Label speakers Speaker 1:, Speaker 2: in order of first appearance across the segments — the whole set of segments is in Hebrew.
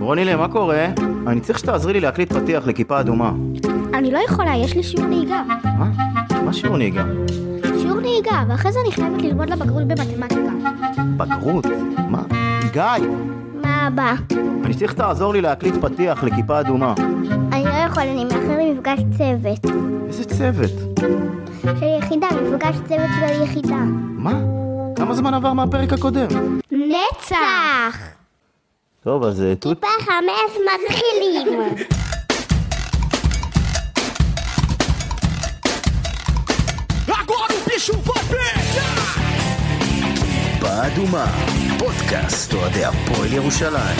Speaker 1: רונילה, מה קורה? אני צריך שתעזרי לי להקליט פתיח לכיפה אדומה.
Speaker 2: אני לא יכולה, יש לי שיעור נהיגה.
Speaker 1: מה? מה שיעור נהיגה?
Speaker 2: שיעור נהיגה, ואחרי זה אני חייבת ללמוד לבגרות במתמטיקה.
Speaker 1: בגרות? מה? גיא!
Speaker 2: מה הבא?
Speaker 1: אני צריך שתעזור לי להקליט פתיח לכיפה אדומה.
Speaker 2: אני לא יכולה, אני מאחר למפגש צוות.
Speaker 1: איזה צוות?
Speaker 2: של יחידה, מפגש צוות של יחידה.
Speaker 1: מה? כמה זמן עבר מהפרק הקודם?
Speaker 2: נצח!
Speaker 1: טוב, אז תות...
Speaker 2: כיפה 5 מתחילים!
Speaker 3: Agora o bicho vai pegar!
Speaker 4: כיפה אדומה, פודקאסט אוהדי הפועל ירושלים.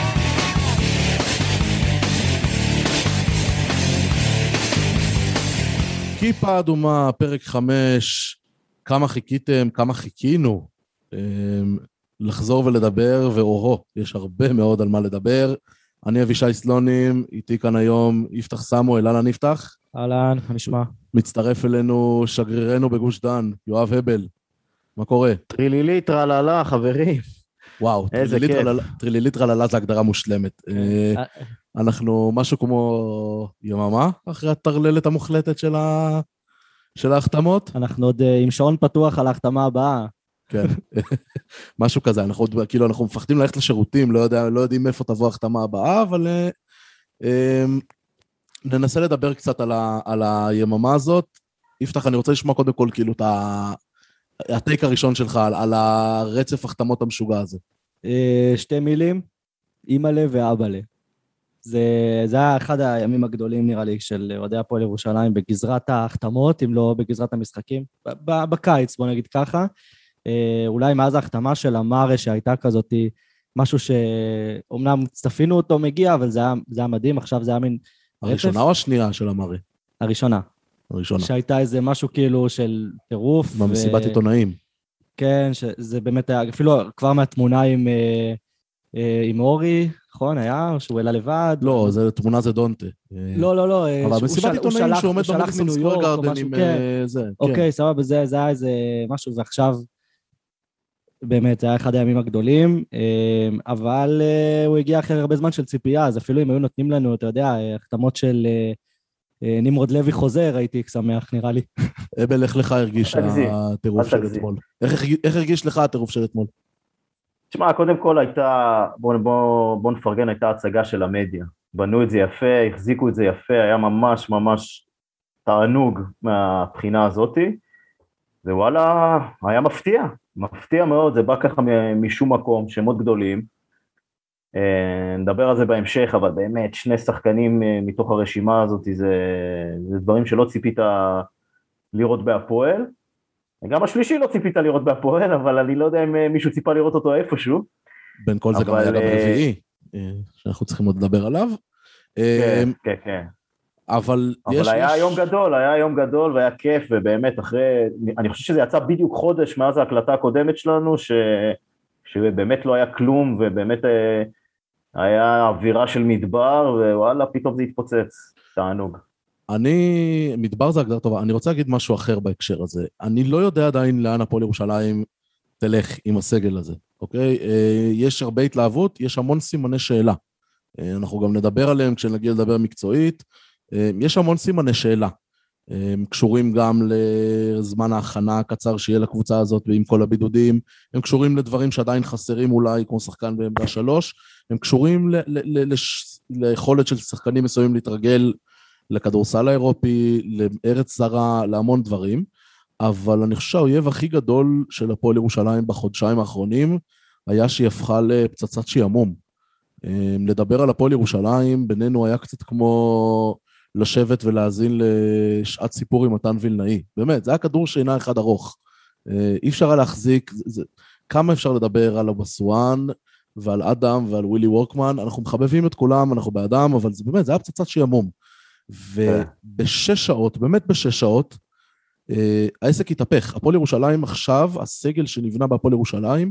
Speaker 5: כיפה אדומה, פרק 5, כמה חיכיתם, כמה חיכינו לחזור ולדבר, ואוהו, יש הרבה מאוד על מה לדבר. אני אבישי סלונים, איתי כאן היום יפתח סמואל, אהלן יפתח.
Speaker 6: אהלן, מה נשמע?
Speaker 5: מצטרף אלינו שגרירנו בגוש דן, יואב הבל. מה קורה?
Speaker 1: טרילילית רללה, חברים.
Speaker 5: וואו,
Speaker 1: איזה כיף.
Speaker 5: טרילילית רללה זה הגדרה מושלמת. אנחנו משהו כמו יממה, אחרי הטרללת המוחלטת של ההחתמות.
Speaker 6: אנחנו עוד עם שעון פתוח על ההחתמה הבאה.
Speaker 5: כן, משהו כזה, אנחנו מפחדים ללכת לשירותים, לא יודעים איפה תבוא ההחתמה הבאה, אבל ננסה לדבר קצת על היממה הזאת. יפתח, אני רוצה לשמוע קודם כל כאילו את הטייק הראשון שלך, על הרצף החתמות המשוגע הזה.
Speaker 6: 2 מילים, אימאלה ואבאלה. זה היה אחד הימים הגדולים נראה לי של אוהדי הפועל ירושלים בגזרת ההחתמות, אם לא בגזרת המשחקים, בקיץ בוא נגיד ככה. אולי מאז ההחתמה של אמרה שהייתה כזאת, משהו שאומנם צפינו אותו מגיע, אבל זה היה מדהים, עכשיו זה היה מין...
Speaker 5: הראשונה או השנייה של אמרה?
Speaker 6: הראשונה. שהייתה איזה משהו כאילו של טירוף.
Speaker 5: במסיבת עיתונאים.
Speaker 6: כן, שזה באמת היה, אפילו כבר מהתמונה עם אורי, נכון, היה? או שהוא העלה לבד?
Speaker 5: לא, תמונה זה דונטה.
Speaker 6: לא.
Speaker 5: אבל במסיבת עיתונאים שהוא עומד במדיסון סקוור גארדן עם זה.
Speaker 6: אוקיי, סבבה, זה היה איזה משהו, ועכשיו באמת זה היה אחד הימים הגדולים, אבל הוא הגיע אחרי הרבה זמן של ציפייה, אז אפילו אם היו נותנים לנו, אתה יודע, החתמות של נמרוד לוי חוזר, הייתי שמח, נראה לי.
Speaker 5: אבל איך לך הרגיש הטירוף של אתמול? איך הרגיש לך הטירוף של אתמול?
Speaker 1: תשמע, קודם כל הייתה, בוא נפרגן, הייתה הצגה של המדיה. בנו את זה יפה, החזיקו את זה יפה, היה ממש ממש תענוג מהבחינה הזאת, ווואלה, היה מפתיע מאוד, זה בא ככה משום מקום, שמות גדולים, נדבר על זה בהמשך, אבל באמת 2 שחקנים מתוך הרשימה הזאת, זה דברים שלא ציפית לראות בהפועל, גם השלישי לא ציפית לראות בהפועל, אבל אני לא יודע אם מישהו ציפה לראות אותו איפשהו.
Speaker 5: בין כל זה גם היה גם רביעי, שאנחנו צריכים עוד לדבר עליו.
Speaker 1: כן.
Speaker 5: אבל
Speaker 1: היה יום גדול והיה כיף, ובאמת אני חושב שזה יצא בדיוק חודש מאז ההקלטה הקודמת שלנו, שבאמת לא היה כלום, ובאמת היה אווירה של מדבר, ווואלה, פתאום זה התפוצץ, תענוג.
Speaker 5: מדבר זה הגדרה טובה, אני רוצה להגיד משהו אחר בהקשר הזה. אני לא יודע עדיין לאן הפועל ירושלים תלך עם הסגל הזה, אוקיי? יש הרבה התלהבות, יש המון סימני שאלה. אנחנו גם נדבר עליהם כשנגיע לדבר מקצועית. יש המון סימני שאלה. הם קשורים גם לזמן ההכנה הקצר שיהיה לקבוצה הזאת ועם כל הבידודים. הם קשורים לדברים שעדיין חסרים אולי, כמו שחקן בעמדה 3. הם קשורים ליכולת של שחקנים מסוימים להתרגל לכדורסל האירופי, לארץ זרה, להמון דברים, אבל אני חושב שהאויב הכי גדול של הפועל ירושלים בחודשיים האחרונים, היה שהיא הפכה לפצצת שעמום. לדבר על הפועל ירושלים, בינינו היה קצת כמו לשבת ולהזין לשעת סיפור עם מתן וילנאי. באמת, זה היה כדור שינה אחד ארוך. אי אפשר היה להחזיק, כמה אפשר לדבר על אבסואן, ועל אדם ועל ווילי וורקמן, אנחנו מחבבים את כולם, אנחנו באדם, אבל זה באמת, זה היה פצצת שעמום. וב6 שעות, באמת ב6 שעות, העסק התהפך. הפועל ירושלים עכשיו, הסגל שנבנה בהפועל ירושלים,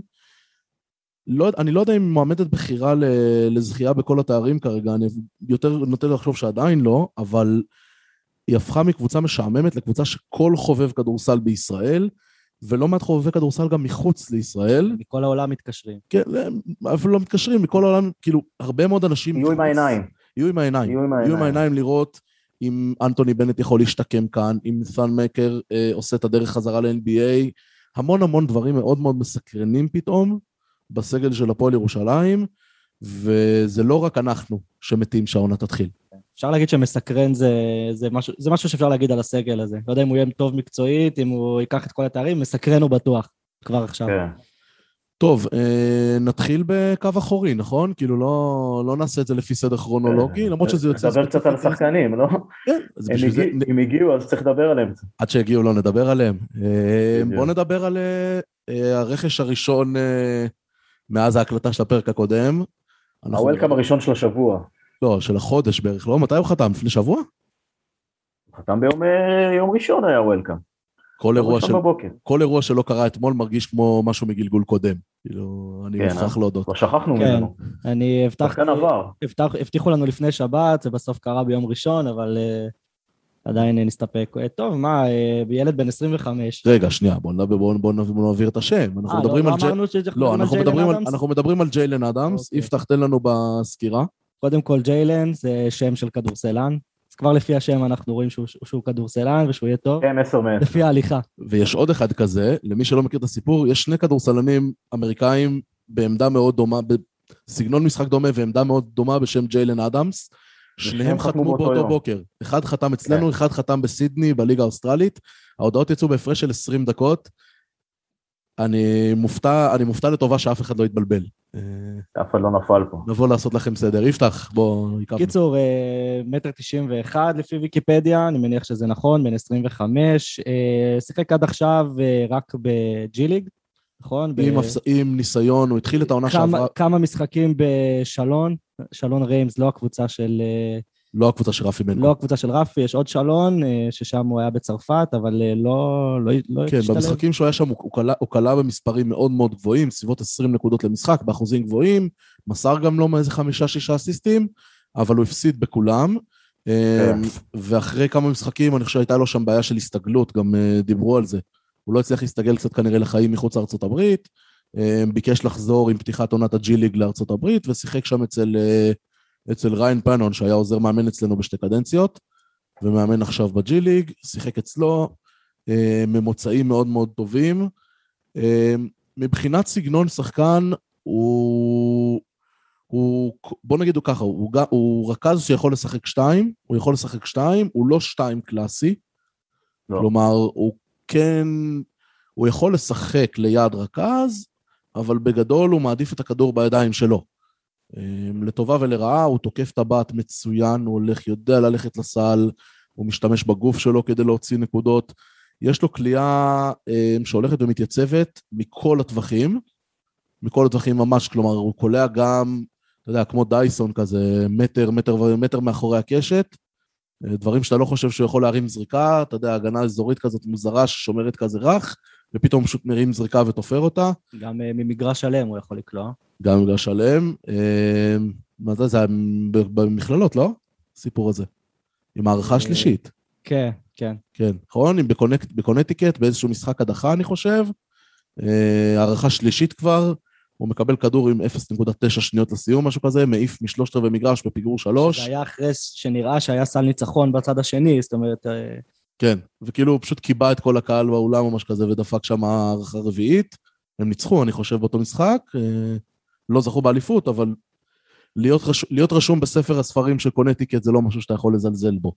Speaker 5: אני לא יודע אם מועמדת בחירה לזכייה בכל התארים כרגע, אני יותר נוטה לחשוב שעדיין לא, אבל היא הפכה מקבוצה משעממת לקבוצה שכל חובב כדורסל בישראל ולא מעט חובבי כדורסל גם מחוץ לישראל.
Speaker 6: מכל העולם מתקשרים.
Speaker 5: כן, אפילו לא מתקשרים, מכל העולם, כאילו, הרבה מאוד אנשים...
Speaker 1: יהיו עם העיניים.
Speaker 5: יהיו עם העיניים לראות אם אנטוני בנט יכול להשתקם כאן, אם סן מקר עושה את הדרך חזרה ל-NBA, המון דברים מאוד מאוד מסקרנים פתאום, בסגל של הפועל ירושלים, וזה לא רק אנחנו שמתים שהעונה תתחיל.
Speaker 6: אפשר להגיד שמסקרן זה משהו שאפשר להגיד על הסגל הזה. לא יודע אם הוא יהיה טוב מקצועית, אם הוא ייקח את כל התארים, מסקרן הוא בטוח, כבר עכשיו.
Speaker 1: כן.
Speaker 5: טוב, נתחיל בקו אחורי, נכון? כאילו לא נעשה את זה לפי סדר כרונולוגי, למרות שזה יוצא...
Speaker 1: נדבר קצת על השחקנים, לא?
Speaker 5: כן.
Speaker 1: אם הגיעו, אז צריך לדבר עליהם.
Speaker 5: עד שהגיעו לא נדבר עליהם. בואו נדבר על הרכש הראשון מאז ההקלטה של הפרק הקודם.
Speaker 1: הוולקאם הראשון של השבוע.
Speaker 5: לא, של החודש בערך, לא? מתי הוא חתם? לפני שבוע?
Speaker 1: חתם ביום ראשון היה וולקאם.
Speaker 5: כל אירוע שלא קרה אתמול מרגיש כמו משהו מגלגול קודם. כאילו, אני מוכרח להודות.
Speaker 1: כבר שכחנו ממנו.
Speaker 6: אני הבטיחו לנו לפני שבת, זה בסוף קרה ביום ראשון, אבל עדיין נסתפק. טוב, מה, ילד בן 25.
Speaker 5: רגע, שנייה, בואו נעביר את השם. אנחנו מדברים על ג'יילן אדמס, יפתח תן לנו בסקירה.
Speaker 6: קודם כל, ג'יילן זה שם של כדורסלן. אז כבר לפי השם אנחנו רואים שהוא כדורסלן ושהוא יהיה טוב.
Speaker 1: כן, 10 מ-10.
Speaker 6: לפי ההליכה.
Speaker 5: ויש עוד אחד כזה, למי שלא מכיר את הסיפור, יש שני כדורסלנים אמריקאים בעמדה מאוד דומה, בסגנון משחק דומה ועמדה מאוד דומה בשם ג'יילן אדמס. שניהם חתמו באותו בוקר. אחד חתם אצלנו, אחד חתם בסידני, בליגה האוסטרלית. ההודעות יצאו בהפרש של 20 דקות. אני מופתע לטובה שאף אחד לא יתבלבל.
Speaker 1: אף אחד לא נפל פה.
Speaker 5: נבוא לעשות לכם סדר. יפתח, בוא...
Speaker 6: קיצור, 1.91 לפי ויקיפדיה, אני מניח שזה נכון, בין 25. שיחק עד עכשיו רק בג'י ליג, נכון?
Speaker 5: עם ניסיון, הוא התחיל את העונה שעברה...
Speaker 6: כמה משחקים בשלון, שלון ריימס, לא הקבוצה של...
Speaker 5: לא הקבוצה של רפי בנקו.
Speaker 6: לא הקבוצה של רפי, יש עוד שלון, ששם הוא היה בצרפת, אבל לא
Speaker 5: כן, במשחקים שהוא היה שם, הוא קלה במספרים מאוד מאוד גבוהים, סביבות 20 נקודות למשחק, באחוזים גבוהים, מסר גם לו מאיזה 5-6 אסיסטים, אבל הוא הפסיד בכולם, ואחרי כמה משחקים, אני חושב שהייתה לו שם בעיה של הסתגלות, גם דיברו על זה. הוא לא הצליח להסתגל קצת כנראה לחיים מחוץ לארצות הברית, ביקש לחזור עם פתיחת עונת הג'י ליג לארצות הברית, ושיחק שם אצל ריין פאנון, שהיה עוזר מאמן אצלנו בשתי קדנציות, ומאמן עכשיו בג'י ליג, שיחק אצלו, ממוצאים מאוד מאוד טובים. מבחינת סגנון שחקן, בוא נגיד הוא ככה, הוא רכז שיכול לשחק 2, הוא יכול לשחק 2, הוא לא 2 קלאסי, כלומר, הוא יכול לשחק ליד רכז, אבל בגדול הוא מעדיף את הכדור בידיים שלו. לטובה ולרעה, הוא תוקף את הבת מצוין, הוא יודע ללכת לסל, הוא משתמש בגוף שלו כדי להוציא נקודות, יש לו קליעה שהולכת ומתייצבת מכל הטווחים ממש, כלומר הוא קולע גם, אתה יודע, כמו דייסון כזה, מטר מאחורי הקשת, דברים שאתה לא חושב שהוא יכול להרים זריקה, אתה יודע, הגנה אזורית כזאת מוזרה ששומרת כזה רך, ופתאום פשוט מרים זריקה ותופר אותה.
Speaker 6: גם ממגרש שלם הוא יכול לקלוע.
Speaker 5: גם ממגרש שלם. מה זה היה במכללות, לא? הסיפור הזה. עם הערכה השלישית.
Speaker 6: כן, כן.
Speaker 5: כן, נכון? בקונטיקט, באיזשהו משחק הדחה, אני חושב. הערכה שלישית כבר, הוא מקבל כדור עם 0.9 שניות לסיום, משהו כזה, מעיף משלושת רבעי מגרש בפיגור 3.
Speaker 6: זה היה אחרי שנראה שהיה סל ניצחון בצד השני, זאת אומרת...
Speaker 5: כן, וכאילו הוא פשוט קיבע את כל הקהל באולם או משהו כזה, ודפק שם הערכה רביעית. הם ניצחו, אני חושב, באותו משחק. לא זכו באליפות, אבל להיות רשום בספר הספרים של קונטיקט, זה לא משהו שאתה יכול לזלזל בו.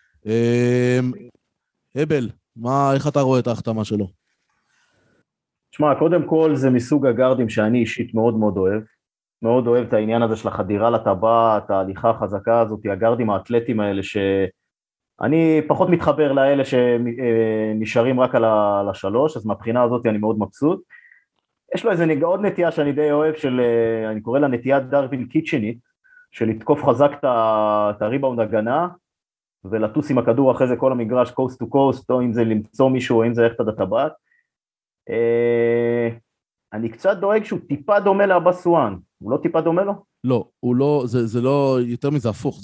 Speaker 5: הבל, איך אתה רואה את ההחתמה שלו?
Speaker 1: תשמע, קודם כל זה מסוג הגארדים שאני אישית מאוד מאוד אוהב. מאוד אוהב את העניין הזה של החדירה לטבעת, ההליכה החזקה הזאת, הגארדים האתלטים האלה אני פחות מתחבר לאלה שנשארים רק על השלוש, אז מהבחינה הזאת אני מאוד מבסוט. יש לו איזה עוד נטייה שאני די אוהב, אני קורא לה נטיית דרווין קיצ'נית, של לתקוף חזק את הריבאונד הגנה, ולטוס עם הכדור אחרי זה כל המגרש, קוסט טו קוסט, או אם זה למצוא מישהו, או אם זה ללכת עד הטבעת. אני קצת דואג שהוא טיפה דומה לאבאס סואן, הוא לא טיפה דומה לו?
Speaker 5: לא, הוא לא, זה לא, יותר מזה הפוך,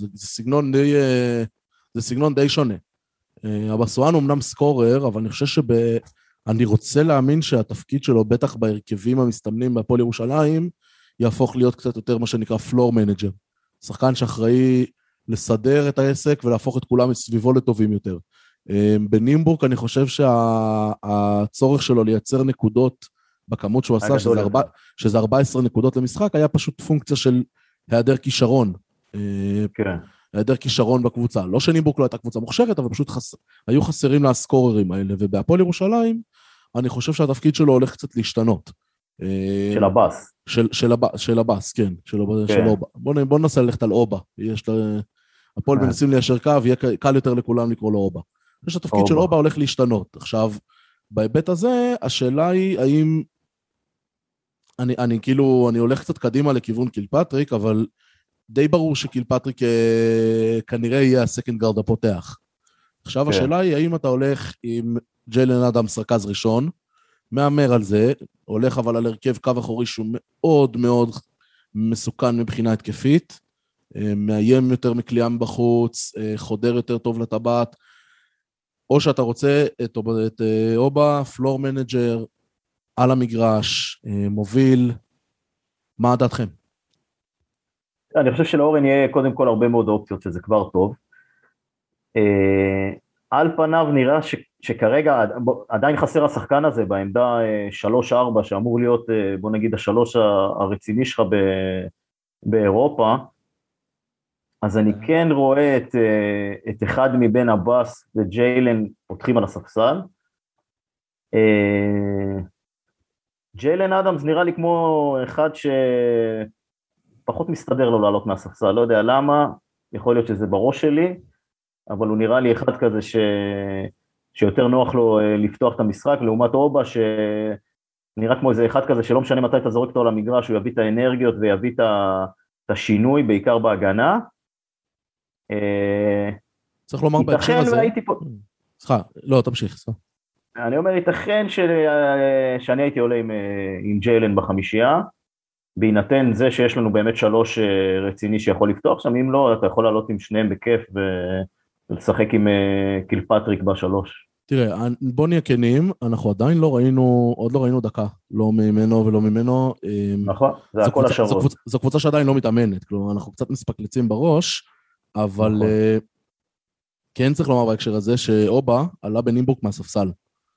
Speaker 5: זה סגנון די שונה. אבאס סואן הוא אמנם סקורר, אבל אני חושב אני רוצה להאמין שהתפקיד שלו, בטח בהרכבים המסתמנים בהפועל ירושלים, יהפוך להיות קצת יותר מה שנקרא פלור מנג'ר. שחקן שאחראי לסדר את העסק ולהפוך את כולם מסביבו לטובים יותר. בנימבורג אני חושב שהצורך שלו לייצר נקודות בכמות שהוא עשה, שזה 14 נקודות למשחק, היה פשוט פונקציה של היעדר כישרון.
Speaker 1: כן.
Speaker 5: היעדר כישרון בקבוצה. לא שנימבורג לא הייתה קבוצה מוכשרת, אבל פשוט היו חסרים לה הסקוררים האלה, ובהפועל ירושלים, אני חושב שהתפקיד שלו הולך קצת להשתנות.
Speaker 1: של הבאס.
Speaker 5: של הבאס, כן. של אובה. בוא ננסה ללכת על אובה. הפועל מנסים ליישר קו, יהיה קל יותר לכולם לקרוא לו אובה. יש התפקיד של אובה הולך להשתנות. עכשיו, בהיבט הזה, השאלה היא, האם... אני הולך קצת קדימה לכיוון קילפטריק, אבל די ברור שקילפטריק כנראה יהיה הסקנד גארד הפותח. עכשיו השאלה היא, האם אתה הולך עם ג'יילן אדמס רכז ראשון, מאמר על זה, הולך אבל על הרכב קו אחורי שהוא מאוד מאוד מסוכן מבחינה התקפית, מאיים יותר מקליעה מבחוץ, חודר יותר טוב לטבעת, או שאתה רוצה את אובה, פלור מנג'ר, על המגרש, מוביל, מה דעתכם?
Speaker 1: אני חושב שלאורן יהיה קודם כל הרבה מאוד אופציות, שזה כבר טוב. על פניו נראה שכרגע עדיין חסר השחקן הזה בעמדה 3-4, שאמור להיות, בוא נגיד, השלוש הרציני שלך באירופה, אז אני כן רואה את אחד מבין הבאס וג'יילן פותחים על הספסל. ג'יילן אדמס נראה לי כמו אחד שפחות מסתדר לו לעלות מהספסל, לא יודע למה, יכול להיות שזה בראש שלי, אבל הוא נראה לי אחד כזה שיותר נוח לו לפתוח את המשחק, לעומת אובה שנראה כמו איזה אחד כזה שלא משנה מתי אתה זורק אותו על המגרש, הוא יביא את האנרגיות ויביא את השינוי, בעיקר בהגנה.
Speaker 5: צריך לומר בהקשר הזה... סליחה, לא, תמשיך, סליחה.
Speaker 1: אני אומר, ייתכן שאני הייתי עולה עם ג'יילן בחמישייה, בהינתן זה שיש לנו באמת שלוש רציני שיכול לפתוח שם, אם לא, אתה יכול לעלות עם שניהם בכיף ולשחק עם קילפטריק בשלוש.
Speaker 5: תראה, בוא נהיה כנים, אנחנו עדיין עוד לא ראינו דקה, לא ממנו ולא ממנו.
Speaker 1: נכון, זה הכל השבוע.
Speaker 5: זו קבוצה שעדיין לא מתאמנת, כלומר, אנחנו קצת מספקלצים בראש, אבל כן צריך לומר בהקשר הזה, שאובה עלה בנימבורג מהספסל.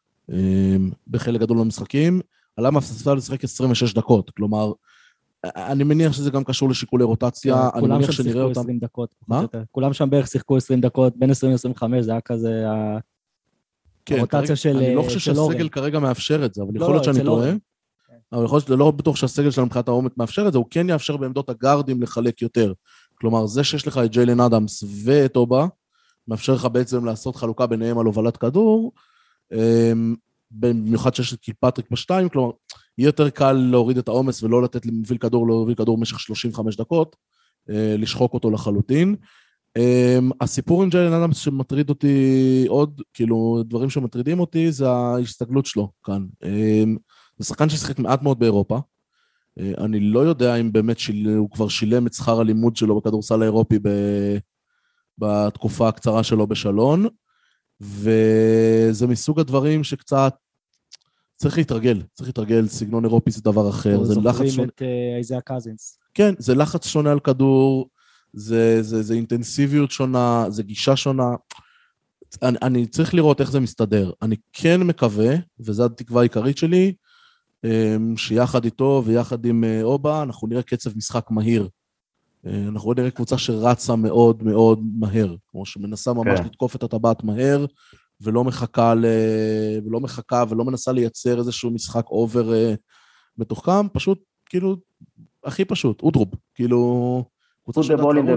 Speaker 5: בחלק גדול מהמשחקים, עלה מהספסל לשחק 26 דקות, כלומר, אני מניח שזה גם קשור לשיקולי רוטציה, אני מניח שנראה אותם...
Speaker 6: 20 דקות.
Speaker 5: מה?
Speaker 6: כולם שם בערך שיחקו 20 דקות, בין 20 ל-25, זה היה כזה הרוטציה של...
Speaker 5: אני לא חושב שהסגל כרגע מאפשר את זה, אבל יכול להיות שאני טועה, אבל יכול להיות שלא בטוח שהסגל שלנו מבחינת העומק מאפשר את זה, הוא כן יאפשר בעמדות הגארדים לחלק יותר, כלומר, זה שיש לך את ג'יילן אדמס ואת אובה, מאפשר לך בעצם לעשות חלוקה ביניהם על הובלת כדור, במיוחד שיש את קילפטריק בשתיים, כלומר, יהיה יותר קל להוריד את העומס ולא לתת למוביל כדור, להוביל כדור במשך 35 דקות, לשחוק אותו לחלוטין. הסיפור עם ג'יילן אדמס שמטריד אותי עוד, כאילו, דברים שמטרידים אותי, זה ההסתגלות שלו כאן. זה שחקן ששחק מעט מאוד באירופה, אני לא יודע אם באמת הוא כבר שילם את שכר הלימוד שלו בכדורסל האירופי בתקופה הקצרה שלו בשלון, וזה מסוג הדברים שקצת צריך להתרגל, סגנון אירופי זה דבר אחר, זה לחץ
Speaker 6: שונה. זוכרים את איזיה קזינס.
Speaker 5: כן, זה לחץ שונה על כדור, זה אינטנסיביות שונה, זה גישה שונה, אני צריך לראות איך זה מסתדר, אני כן מקווה, וזו התקווה העיקרית שלי, שיחד איתו ויחד עם אובה, אנחנו נראה קצב משחק מהיר, אנחנו נראה קבוצה שרצה מאוד מאוד מהר, כמו שמנסה ממש לתקוף את הטבעת מהר, ולא מחכה ולא מנסה לייצר איזשהו משחק אובר מתוחכם, פשוט, כאילו, הכי פשוט, אודרוב, כאילו...
Speaker 1: Put the ball in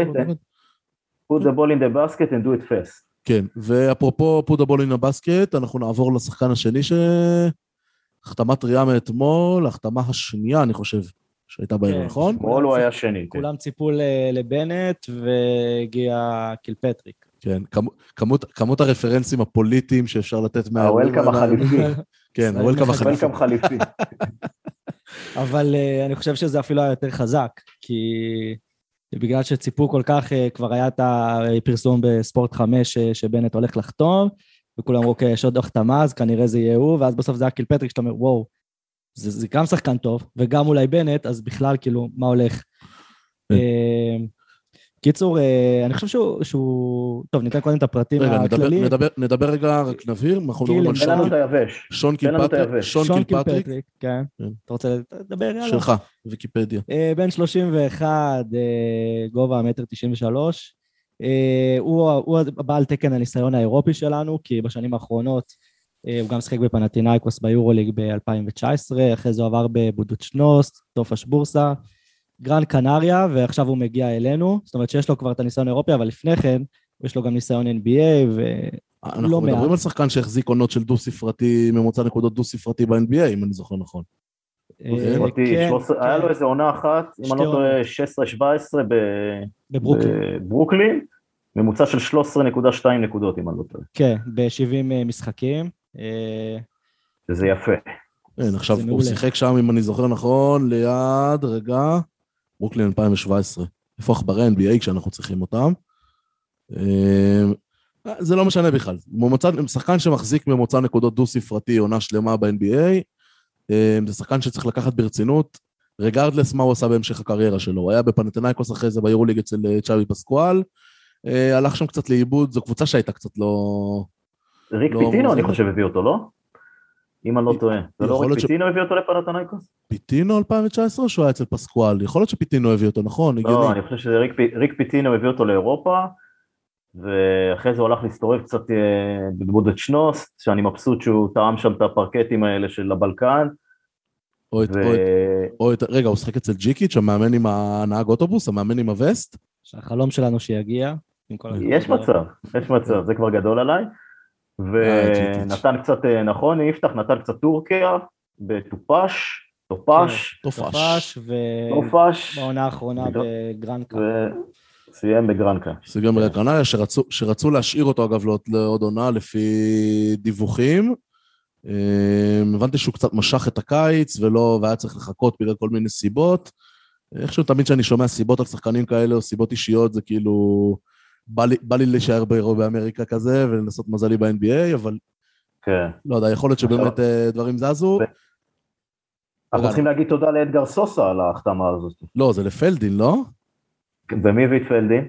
Speaker 1: the basket and do it fast.
Speaker 5: כן, ואפרופו put the ball in the basket, אנחנו נעבור לשחקן השני החתמה טריה מאתמול, החתמה השנייה, אני חושב, שהייתה בערב, נכון?
Speaker 1: אתמול הוא היה שני.
Speaker 6: כולם ציפו לבנט והגיע קילפטריק.
Speaker 5: כן, כמות הרפרנסים הפוליטיים שאפשר לתת
Speaker 1: הוולקאם החליפי.
Speaker 5: כן, הוולקאם
Speaker 1: החליפי.
Speaker 6: אבל אני חושב שזה אפילו היה יותר חזק, כי בגלל שציפו כל כך, כבר היה את הפרסום בספורט 5 שבנט הולך לחתום, וכולם אמרו, אוקיי, יש עוד החתמה, אז כנראה זה יהיה הוא, ואז בסוף זה היה קילפטריק, שאתה אומר, וואו, זה גם שחקן טוב, וגם אולי בנט, אז בכלל, כאילו, מה הולך? קיצור, אני חושב שהוא... טוב, ניתן קודם את הפרטים הכלליים.
Speaker 5: רגע, נדבר רגע, רק נבהיר, אנחנו מדברים על שון קילפטריק.
Speaker 6: כן, אתה רוצה לדבר? יאללה.
Speaker 5: שלך, ויקיפדיה.
Speaker 6: בן 31, גובה 1.93 מטר, הוא הבעל תקן הניסיון האירופי שלנו, כי בשנים האחרונות הוא גם שחק בפנתינייקוס ביורוליג ב-2019, אחרי זה הוא עבר בבודוצ'נוסט, טופש בורסה, גרן קנריה, ועכשיו הוא מגיע אלינו, זאת אומרת שיש לו כבר את הניסיון האירופי, אבל לפני כן יש לו גם ניסיון NBA,
Speaker 5: אנחנו מדברים על שחקן שהחזיק עונות של דו-ספרתי, ממוצע נקודות דו-ספרתי ב-NBA, אם אני זוכר נכון.
Speaker 1: היה לו איזה עונה אחת, אם אני לא טועה, 16-17 בברוקלין, ממוצע של 13.2 נקודות, אם אני לא טועה.
Speaker 6: כן, ב-70 משחקים.
Speaker 1: וזה יפה.
Speaker 5: עכשיו, הוא שיחק שם, אם אני זוכר נכון, ליד, רגע, ברוקלין 2017. איפה עכברי NBA כשאנחנו צריכים אותם? זה לא משנה בכלל. שחקן שמחזיק ממוצע נקודות דו-ספרתי, עונה שלמה ב-NBA, זה שחקן שצריך לקחת ברצינות, רגרדלס מה הוא עשה בהמשך הקריירה שלו. הוא היה בפנתינייקוס אחרי זה ביורוליג אצל צ'אבי פסקואל, הלך שם קצת לאיבוד, זו קבוצה שהייתה קצת לא...
Speaker 1: ריק פיטינו אני חושב הביא אותו, לא? אם אני לא טועה. זה לא ריק פיטינו הביא אותו לפנתינייקוס?
Speaker 5: פיטינו 2019 או שהוא היה אצל פסקואל? יכול להיות שפיטינו הביא אותו, נכון?
Speaker 1: לא, אני חושב שריק פיטינו הביא אותו לאירופה, ואחרי זה הוא הלך להסתובב קצת בבודוצ'נוסט, שאני מבסוט שהוא טעם שם את הפרקטים האלה של הבלקן.
Speaker 5: רגע, הוא שחק אצל ג'יקיץ', המאמן עם הנהג אוטובוס, המאמן עם הווסט?
Speaker 6: שהחלום שלנו שיגיע.
Speaker 1: יש מצב, זה כבר גדול עליי. ונתן קצת, נכון, יפתח נתן קצת טורקיה, טופש,
Speaker 6: בעונה האחרונה בגרנקה.
Speaker 1: סיים בגרנקה.
Speaker 5: סיים בגרנקה, שרצו להשאיר אותו אגב לעוד עונה לפי דיווחים. הבנתי שהוא קצת משך את הקיץ, והיה צריך לחכות בגלל כל מיני סיבות. איכשהו תמיד שאני שומע סיבות על שחקנים כאלה, או סיבות אישיות, זה כאילו... בא לי להישאר באמריקה כזה, ולנסות מזלי ב-NBA, אבל לא יודע, יכול להיות שבאמת דברים זזו.
Speaker 1: אנחנו צריכים להגיד תודה לאדגר סוסה על ההחתמה הזאת.
Speaker 5: לא, זה לפלדין, לא?
Speaker 1: ומי הביא את פלדין?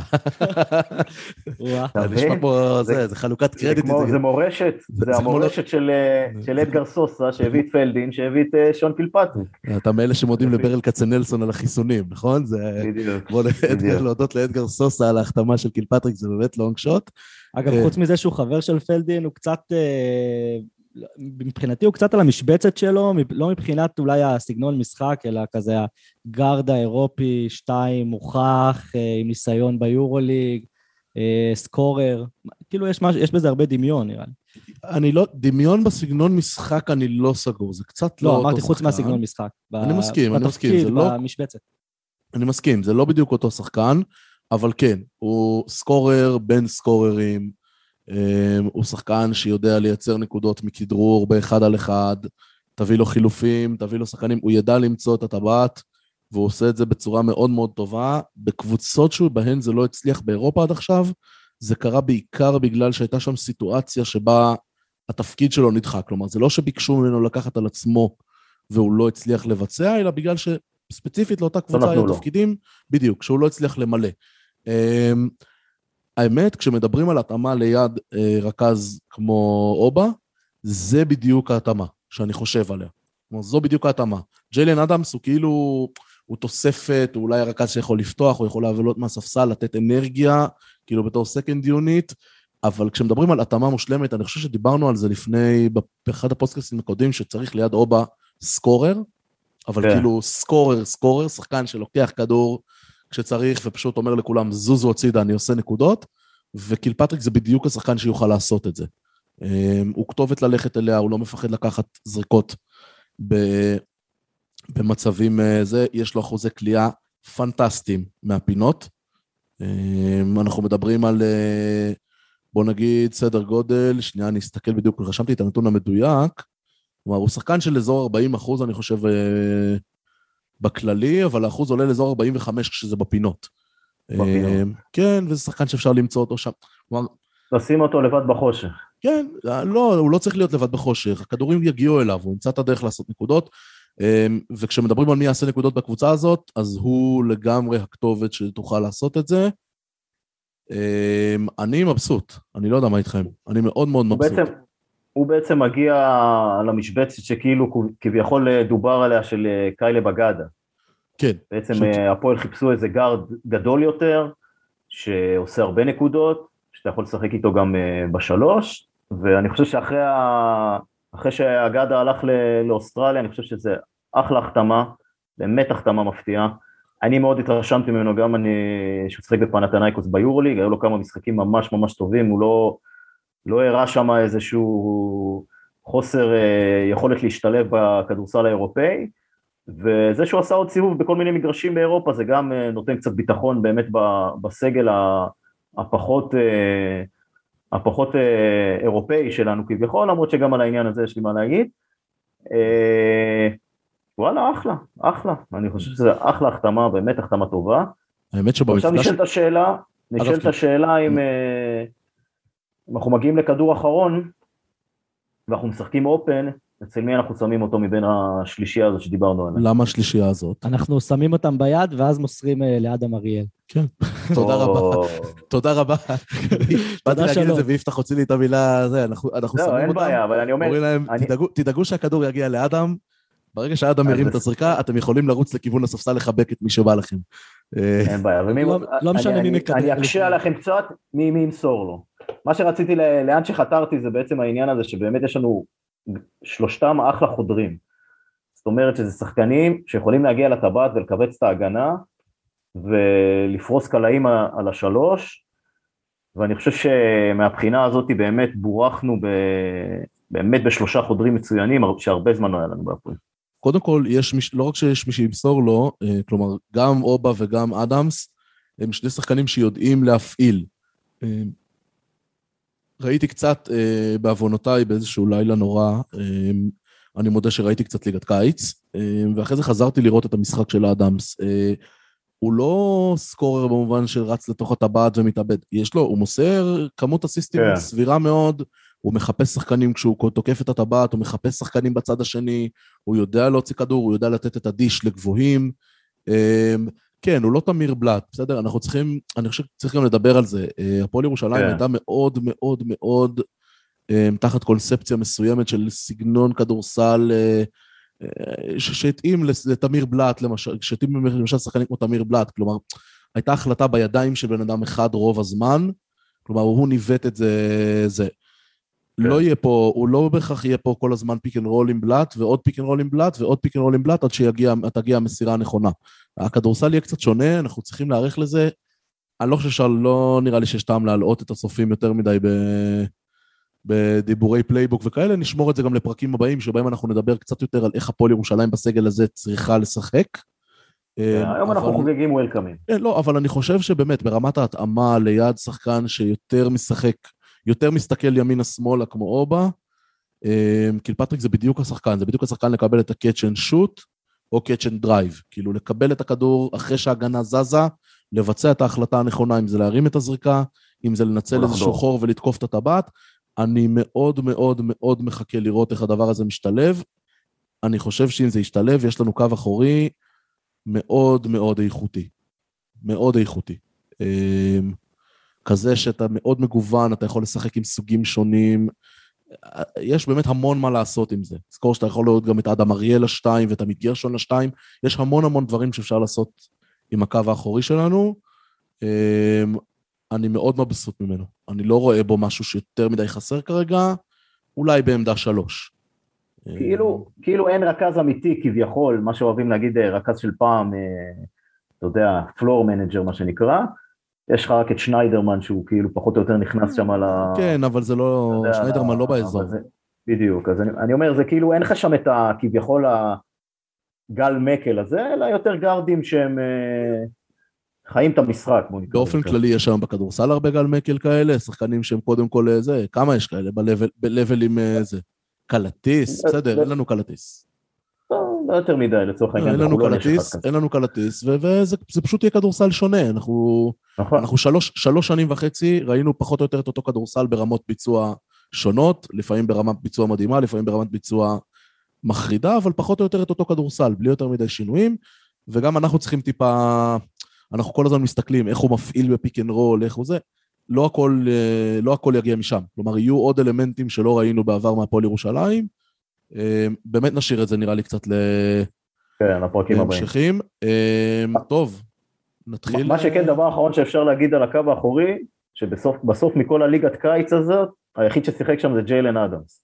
Speaker 5: נשמע פה, זה חלוקת קרדיט.
Speaker 1: זה מורשת, זה המורשת של אדגר סוסה, שהביא את פלדין, שהביא את שון קילפטריק.
Speaker 5: אתה מאלה שמודים לברל כצנלסון על החיסונים, נכון? בוא להודות לאדגר סוסה על ההחתמה של קילפטריק, זה באמת לונג שוט.
Speaker 6: אגב, חוץ מזה שהוא חבר של פלדין, הוא קצת... מבחינתי הוא קצת על המשבצת שלו, לא מבחינת אולי הסגנון משחק, אלא כזה הגארד האירופי, 2, מוכח, עם ניסיון ביורוליג, סקורר, כאילו יש בזה הרבה דמיון, נראה לי.
Speaker 5: אני לא, דמיון בסגנון משחק אני לא סגור, זה קצת לא...
Speaker 6: לא, אמרתי חוץ מהסגנון משחק.
Speaker 5: אני מסכים,
Speaker 6: בתפקיד, במשבצת.
Speaker 5: אני מסכים, זה לא בדיוק אותו שחקן, אבל כן, הוא סקורר בין סקוררים, הוא שחקן שיודע לייצר נקודות מכדרור באחד על אחד, תביא לו חילופים, תביא לו שחקנים, הוא ידע למצוא את הטבעת, והוא עושה את זה בצורה מאוד מאוד טובה, בקבוצות שבהן זה לא הצליח באירופה עד עכשיו, זה קרה בעיקר בגלל שהייתה שם סיטואציה שבה התפקיד שלו נדחק, כלומר זה לא שביקשו ממנו לקחת על עצמו, והוא לא הצליח לבצע, אלא בגלל שספציפית לאותה קבוצה היו תפקידים, בדיוק, שהוא לא הצליח למלא. האמת, כשמדברים על התאמה ליד רכז כמו אובה, זה בדיוק ההתאמה שאני חושב עליה. כלומר, זו בדיוק ההתאמה. ג'יילן אדמס הוא כאילו, הוא תוספת, הוא אולי הרכז שיכול לפתוח, הוא יכול להעלות מהספסל, לתת אנרגיה, כאילו בתור סקנד יוניט, אבל כשמדברים על התאמה מושלמת, אני חושב שדיברנו על זה לפני, באחד הפודקאסטים הקודמים, שצריך ליד אובה סקורר, אבל כאילו סקורר, שחקן שלוקח כדור, כשצריך, ופשוט אומר לכולם, זוזו הצידה, אני עושה נקודות, וקילפטריק זה בדיוק השחקן שיוכל לעשות את זה. הוא כתובת ללכת אליה, הוא לא מפחד לקחת זריקות במצבים זה, יש לו אחוזי קליעה פנטסטיים מהפינות. אנחנו מדברים על, בוא נגיד, סדר גודל, שנייה, אני אסתכל בדיוק, רשמתי את הנתון המדויק, כלומר, הוא שחקן של אזור 40%, אני חושב, בכללי, אבל האחוז עולה לאזור 45 כשזה בפינות. כן, וזה שחקן שאפשר למצוא אותו שם.
Speaker 1: לשים אותו לבד בחושך.
Speaker 5: כן, לא, הוא לא צריך להיות לבד בחושך, הכדורים יגיעו אליו, הוא ימצא את הדרך לעשות נקודות, וכשמדברים על מי יעשה נקודות בקבוצה הזאת, אז הוא לגמרי הכתובת שתוכל לעשות את זה. אני מבסוט, אני לא יודע מה איתכם, אני מאוד מאוד מבסוט.
Speaker 1: הוא בעצם מגיע למשבצת שכאילו כביכול דובר עליה של קיילה בגדה.
Speaker 5: כן.
Speaker 1: בעצם הפועל חיפשו איזה גארד גדול יותר, שעושה הרבה נקודות, שאתה יכול לשחק איתו גם בשלוש, ואני חושב אחרי שהגדה הלך לאוסטרליה, אני חושב שזה אחלה החתמה, באמת החתמה מפתיעה. אני מאוד התרשמתי ממנו, גם שהוא שחק בפנתנייקוס ביורוליג, היו לו כמה משחקים ממש ממש טובים, הוא לא הראה שם איזשהו חוסר יכולת להשתלב בכדורסל האירופאי, וזה שהוא עשה עוד סיבוב בכל מיני מגרשים באירופה, זה גם נותן קצת ביטחון באמת בסגל הפחות אירופאי שלנו כביכול, למרות שגם על העניין הזה יש לי מה להגיד. וואלה, אחלה. אני חושב שזה אחלה החתמה, באמת החתמה טובה.
Speaker 5: האמת שבמפגש...
Speaker 1: עכשיו נשאלת השאלה אם אנחנו מגיעים לכדור אחרון, ואנחנו משחקים אופן, אצל מי אנחנו שמים אותו מבין השלישייה הזאת שדיברנו עליה?
Speaker 5: למה השלישייה הזאת?
Speaker 6: אנחנו שמים אותם ביד, ואז מוסרים לאדם אריאל.
Speaker 5: כן, תודה רבה. תודה רבה. באתי להגיד את זה, ויפתח הוציא לי את המילה הזה, אנחנו שמים אותם. אין בעיה, אבל אני אומר... אומרים להם, תדאגו שהכדור יגיע לאדם, ברגע שהאדם מרים את הזריקה, אתם יכולים לרוץ לכיוון הספסל לחבק את מי שבא לכם.
Speaker 1: אין בעיה.
Speaker 6: לא משנה מי מקדם.
Speaker 1: אני אקשה עליכם קצת, מי ימסור לו. מה שרציתי, לאן שחתרתי, זה בעצם העניין הזה, שבאמת יש לנו שלושתם אחלה חודרים. זאת אומרת שזה שחקנים שיכולים להגיע לטבעת ולקבץ את ההגנה, ולפרוס קלעים על השלוש, ואני חושב שמהבחינה הזאת באמת בורחנו באמת בשלושה חודרים מצוינים, שהרבה זמן לא היה לנו בהפועל.
Speaker 5: קודם כל, לא רק שיש מי שימסור לו, כלומר, גם אובה וגם אדמס, הם שני שחקנים שיודעים להפעיל. ראיתי קצת בעוונותיי באיזשהו לילה נורא, אני מודה שראיתי קצת ליגת קיץ, ואחרי זה חזרתי לראות את המשחק של האדמס. הוא לא סקורר במובן של רץ לתוך הטבעת ומתאבד, הוא מוסר כמות אסיסטים סבירה מאוד, הוא מחפש שחקנים כשהוא תוקף את הטבעת, הוא מחפש שחקנים בצד השני, הוא יודע להוציא כדור, הוא יודע לתת את הדיש לגבוהים, כן, הוא לא תמיר בלט, בסדר? אני חושב שצריך גם לדבר על זה, הפועל ירושלים הייתה מאוד מאוד מאוד תחת קונספציה מסוימת של סגנון כדורסל, שהתאים לתמיר בלט, שהתאים למשל שחקנים כמו תמיר בלט, כלומר, הייתה החלטה בידיים של בן אדם אחד רוב הזמן, כלומר, הוא ניווט את זה. לא יהיה פה, הוא לא בכך יהיה פה כל הזמן פיק אנד רול עם בלט, ועוד פיק אנד רול עם בלט, ועוד פיק אנד רול עם בלט, עד שתגיע המסירה הנכונה. הכדורסל יהיה קצת שונה, אנחנו צריכים להערך לזה, אני לא חושב לא נראה לי שיש טעם להעלות את הסופים יותר מדי בדיבורי פלייבוק וכאלה, נשמור את זה גם לפרקים הבאים, שבהם אנחנו נדבר קצת יותר על איך הפועל ירושלים בסגל הזה צריכה לשחק.
Speaker 1: היום אנחנו חוגגים וולקאמים.
Speaker 5: לא, אבל אני חושב שבאמת, ברמת ההתאמה ליד שחקן שיותר משחק, יותר מסתכל ימינה-שמאלה כמו אובה, קילפטריק זה בדיוק השחקן, זה בדיוק השחקן לקבל את ה-catch and shoot, או catch and drive, כאילו לקבל את הכדור אחרי שההגנה זזה, לבצע את ההחלטה הנכונה, אם זה להרים את הזריקה, אם זה לנצל איזשהו חור ולתקוף את הטבעת, אני מאוד מאוד מאוד מחכה לראות איך הדבר הזה משתלב, אני חושב שאם זה ישתלב, יש לנו קו אחורי מאוד מאוד איכותי, מאוד איכותי. כזה שאתה מאוד מגוון, אתה יכול לשחק עם סוגים שונים, יש באמת המון מה לעשות עם זה. זכור שאתה יכול לראות גם את אדם אריאל השתיים ואת עמית גרשון השתיים, יש המון המון דברים שאפשר לעשות עם הקו האחורי שלנו, אני מאוד מבסוט ממנו. אני לא רואה בו משהו שיותר מדי חסר כרגע, אולי בעמדה 3.
Speaker 1: כאילו אין רכז אמיתי כביכול, מה שאוהבים להגיד רכז של פעם, אתה יודע, פלור מנג'ר מה שנקרא, יש לך רק את שניידרמן שהוא כאילו פחות או יותר נכנס שם על ה...
Speaker 5: כן, אבל זה לא... שניידרמן לא באזור.
Speaker 1: בדיוק, אז אני אומר, זה כאילו אין לך שם את כביכול הגל מקל הזה, אלא יותר גרדים שהם חיים את המשחק.
Speaker 5: באופן כללי יש שם בכדורסל הרבה גל מקל כאלה, שחקנים שהם קודם כל זה, כמה יש כאלה בלבלים זה? קלטיס, בסדר, אין לנו קלטיס.
Speaker 1: לא יותר מדי לצורך העניין.
Speaker 5: אין לנו קלטיס, וזה פשוט יהיה כדורסל שונה, אנחנו 3.5 שנים ראינו פחות או יותר את אותו כדורסל ברמות ביצוע שונות, לפעמים ברמת ביצוע מדהימה, לפעמים ברמת ביצוע מחרידה, אבל פחות או יותר את אותו כדורסל, בלי יותר מדי שינויים, וגם אנחנו צריכים טיפה, אנחנו כל הזמן מסתכלים איך הוא מפעיל בפיק אנד רול, איך הוא זה, לא הכל יגיע משם, כלומר יהיו עוד אלמנטים שלא ראינו בעבר מהפועל ירושלים, באמת נשאיר את זה נראה לי קצת להמשכים. טוב, נתחיל.
Speaker 1: מה שכן, דבר אחרון שאפשר להגיד על הקו האחורי, שבסוף מכל הליגת קיץ הזאת, היחיד ששיחק שם זה ג'יילן אדמס.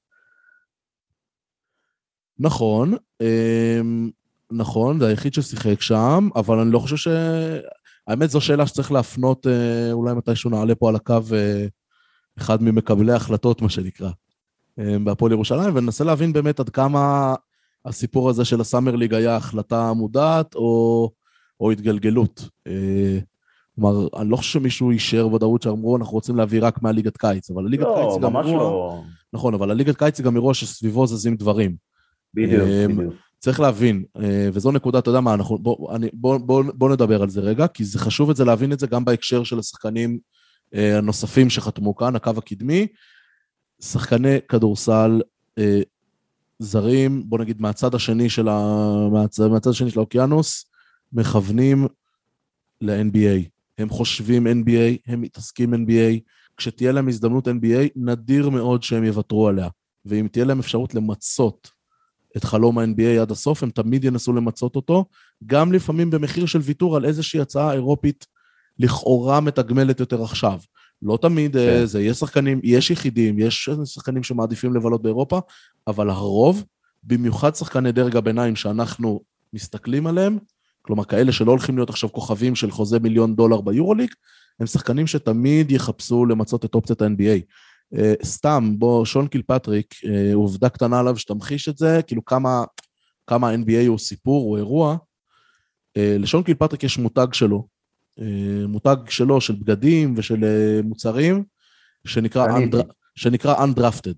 Speaker 5: נכון, זה היחיד ששיחק שם, אבל אני לא חושב האמת זו שאלה שצריך להפנות, אולי מתישהו נעלה פה על הקו, אחד ממקבלי ההחלטות, מה שנקרא, בהפועל ירושלים, וננסה להבין באמת עד כמה הסיפור הזה של הסאמר ליג היה החלטה מודעת, או התגלגלות. כלומר, אני לא חושב שמישהו יישאר ודאות שאמרו, אנחנו רוצים להביא רק מהליגת קיץ, אבל הליגת קיץ גם אירוע, נכון, אבל הליגת קיץ גם אירוע שסביבו זזים דברים.
Speaker 1: בדיוק.
Speaker 5: צריך להבין, וזו נקודה, אתה יודע מה, בוא נדבר על זה רגע, כי זה חשוב את זה להבין את זה גם בהקשר של השחקנים הנוספים שחתמו כאן, הקו הקדמי, שחקני כדורסל זרים, בוא נגיד מהצד השני של האוקיינוס, מכוונים ל-NBA, הם חושבים NBA, הם מתעסקים NBA, כשתהיה להם הזדמנות NBA, נדיר מאוד שהם יוותרו עליה, ואם תהיה להם אפשרות למצות את חלום ה-NBA עד הסוף, הם תמיד ינסו למצות אותו, גם לפעמים במחיר של ויתור על איזושהי הצעה אירופית, לכאורה מתגמלת יותר עכשיו. לא תמיד זה, יש שחקנים, יש יחידים, יש שחקנים שמעדיפים לבלות באירופה, אבל הרוב, במיוחד שחקני דרג הביניים שאנחנו מסתכלים עליהם, כלומר כאלה שלא הולכים להיות עכשיו כוכבים של חוזה $1,000,000 ביורוליג, הם שחקנים שתמיד יחפשו למצות את אופציית ה-NBA. סתם, בוא, שון קילפטריק, עובדה קטנה עליו שתמחיש את זה, כאילו כמה ה-NBA הוא סיפור, הוא אירוע. לשון קילפטריק יש מותג שלו של בגדים ושל מוצרים, שנקרא Undrafted.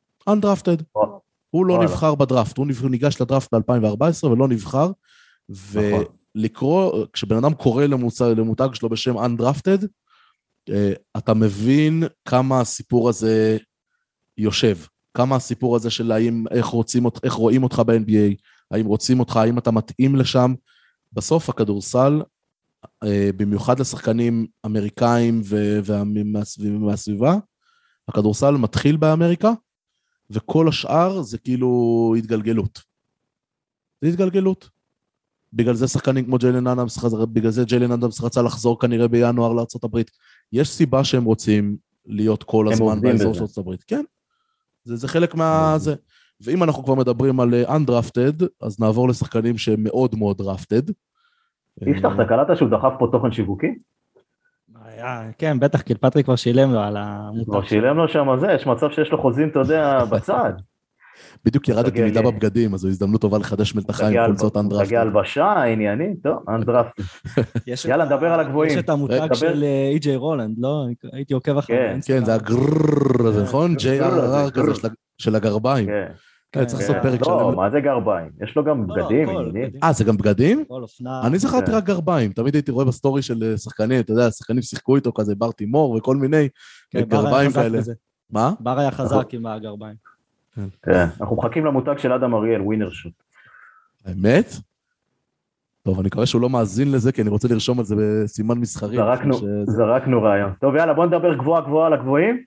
Speaker 5: הוא לא נבחר בדראפט, הוא ניגש לדראפט ב-2014 ולא נבחר, ולקרוא, כשבן אדם קורא למותג שלו בשם Undrafted, אתה מבין כמה הסיפור הזה יושב, כמה הסיפור הזה של איך רואים אותך ב-NBA, האם רוצים אותך, האם אתה מתאים לשם. בסוף הכדורסל, במיוחד לשחקנים אמריקאים ומהסביבה, הכדורסל מתחיל באמריקה, וכל השאר זה כאילו התגלגלות. זה התגלגלות. בגלל זה שחקנים כמו ג'יילן אדמס רצה לחזור כנראה בינואר לארצות הברית. יש סיבה שהם רוצים להיות כל הזמן באזור של ארצות הברית. כן, זה חלק מהזה. ואם אנחנו כבר מדברים על undrafted, אז נעבור לשחקנים שהם מאוד מאוד drafted.
Speaker 1: יפתח, אתה קלטת שהוא דחף פה תוכן שיווקי?
Speaker 6: כן, בטח, כי פטריק כבר שילם לו על המותג.
Speaker 1: כבר שילם לו שם הזה, יש מצב שיש לו חוזים, אתה יודע, בצד.
Speaker 5: בדיוק ירדתי מידה בבגדים, אז זו הזדמנות טובה לחדש מלתחה עם קולצות אנדרפט.
Speaker 1: תגיע הלבשה, העניינים, טוב, אנדרפט. יאללה, נדבר על הגבוהים.
Speaker 6: יש את המותג של אי.ג'יי רולנד, לא? הייתי עוקב אחרי.
Speaker 5: כן, זה הגרררר, נכון? ג'יי.אר.אר כזה של הגרביים. כן, צריך לעשות פרק שלם.
Speaker 1: לא, מה זה גרביים? יש לו גם בגדים, עניינים.
Speaker 5: זה גם בגדים? אני זכרתי רק גרביים, תמיד הייתי רואה בסטורי של שחקנים, אתה יודע, שחקנים שיחקו איתו כזה, בר תימור וכל מיני גרביים כאלה. מה?
Speaker 6: בר היה חזק עם הגרביים.
Speaker 1: כן, אנחנו מחכים למותג של אדם אריאל, ווינר שוט.
Speaker 5: האמת? טוב, אני מקווה שהוא לא מאזין לזה, כי אני רוצה לרשום על זה בסימן מסחרי.
Speaker 1: זרקנו רעיון. טוב, יאללה, בוא נדבר גבוהה על הגבוהים.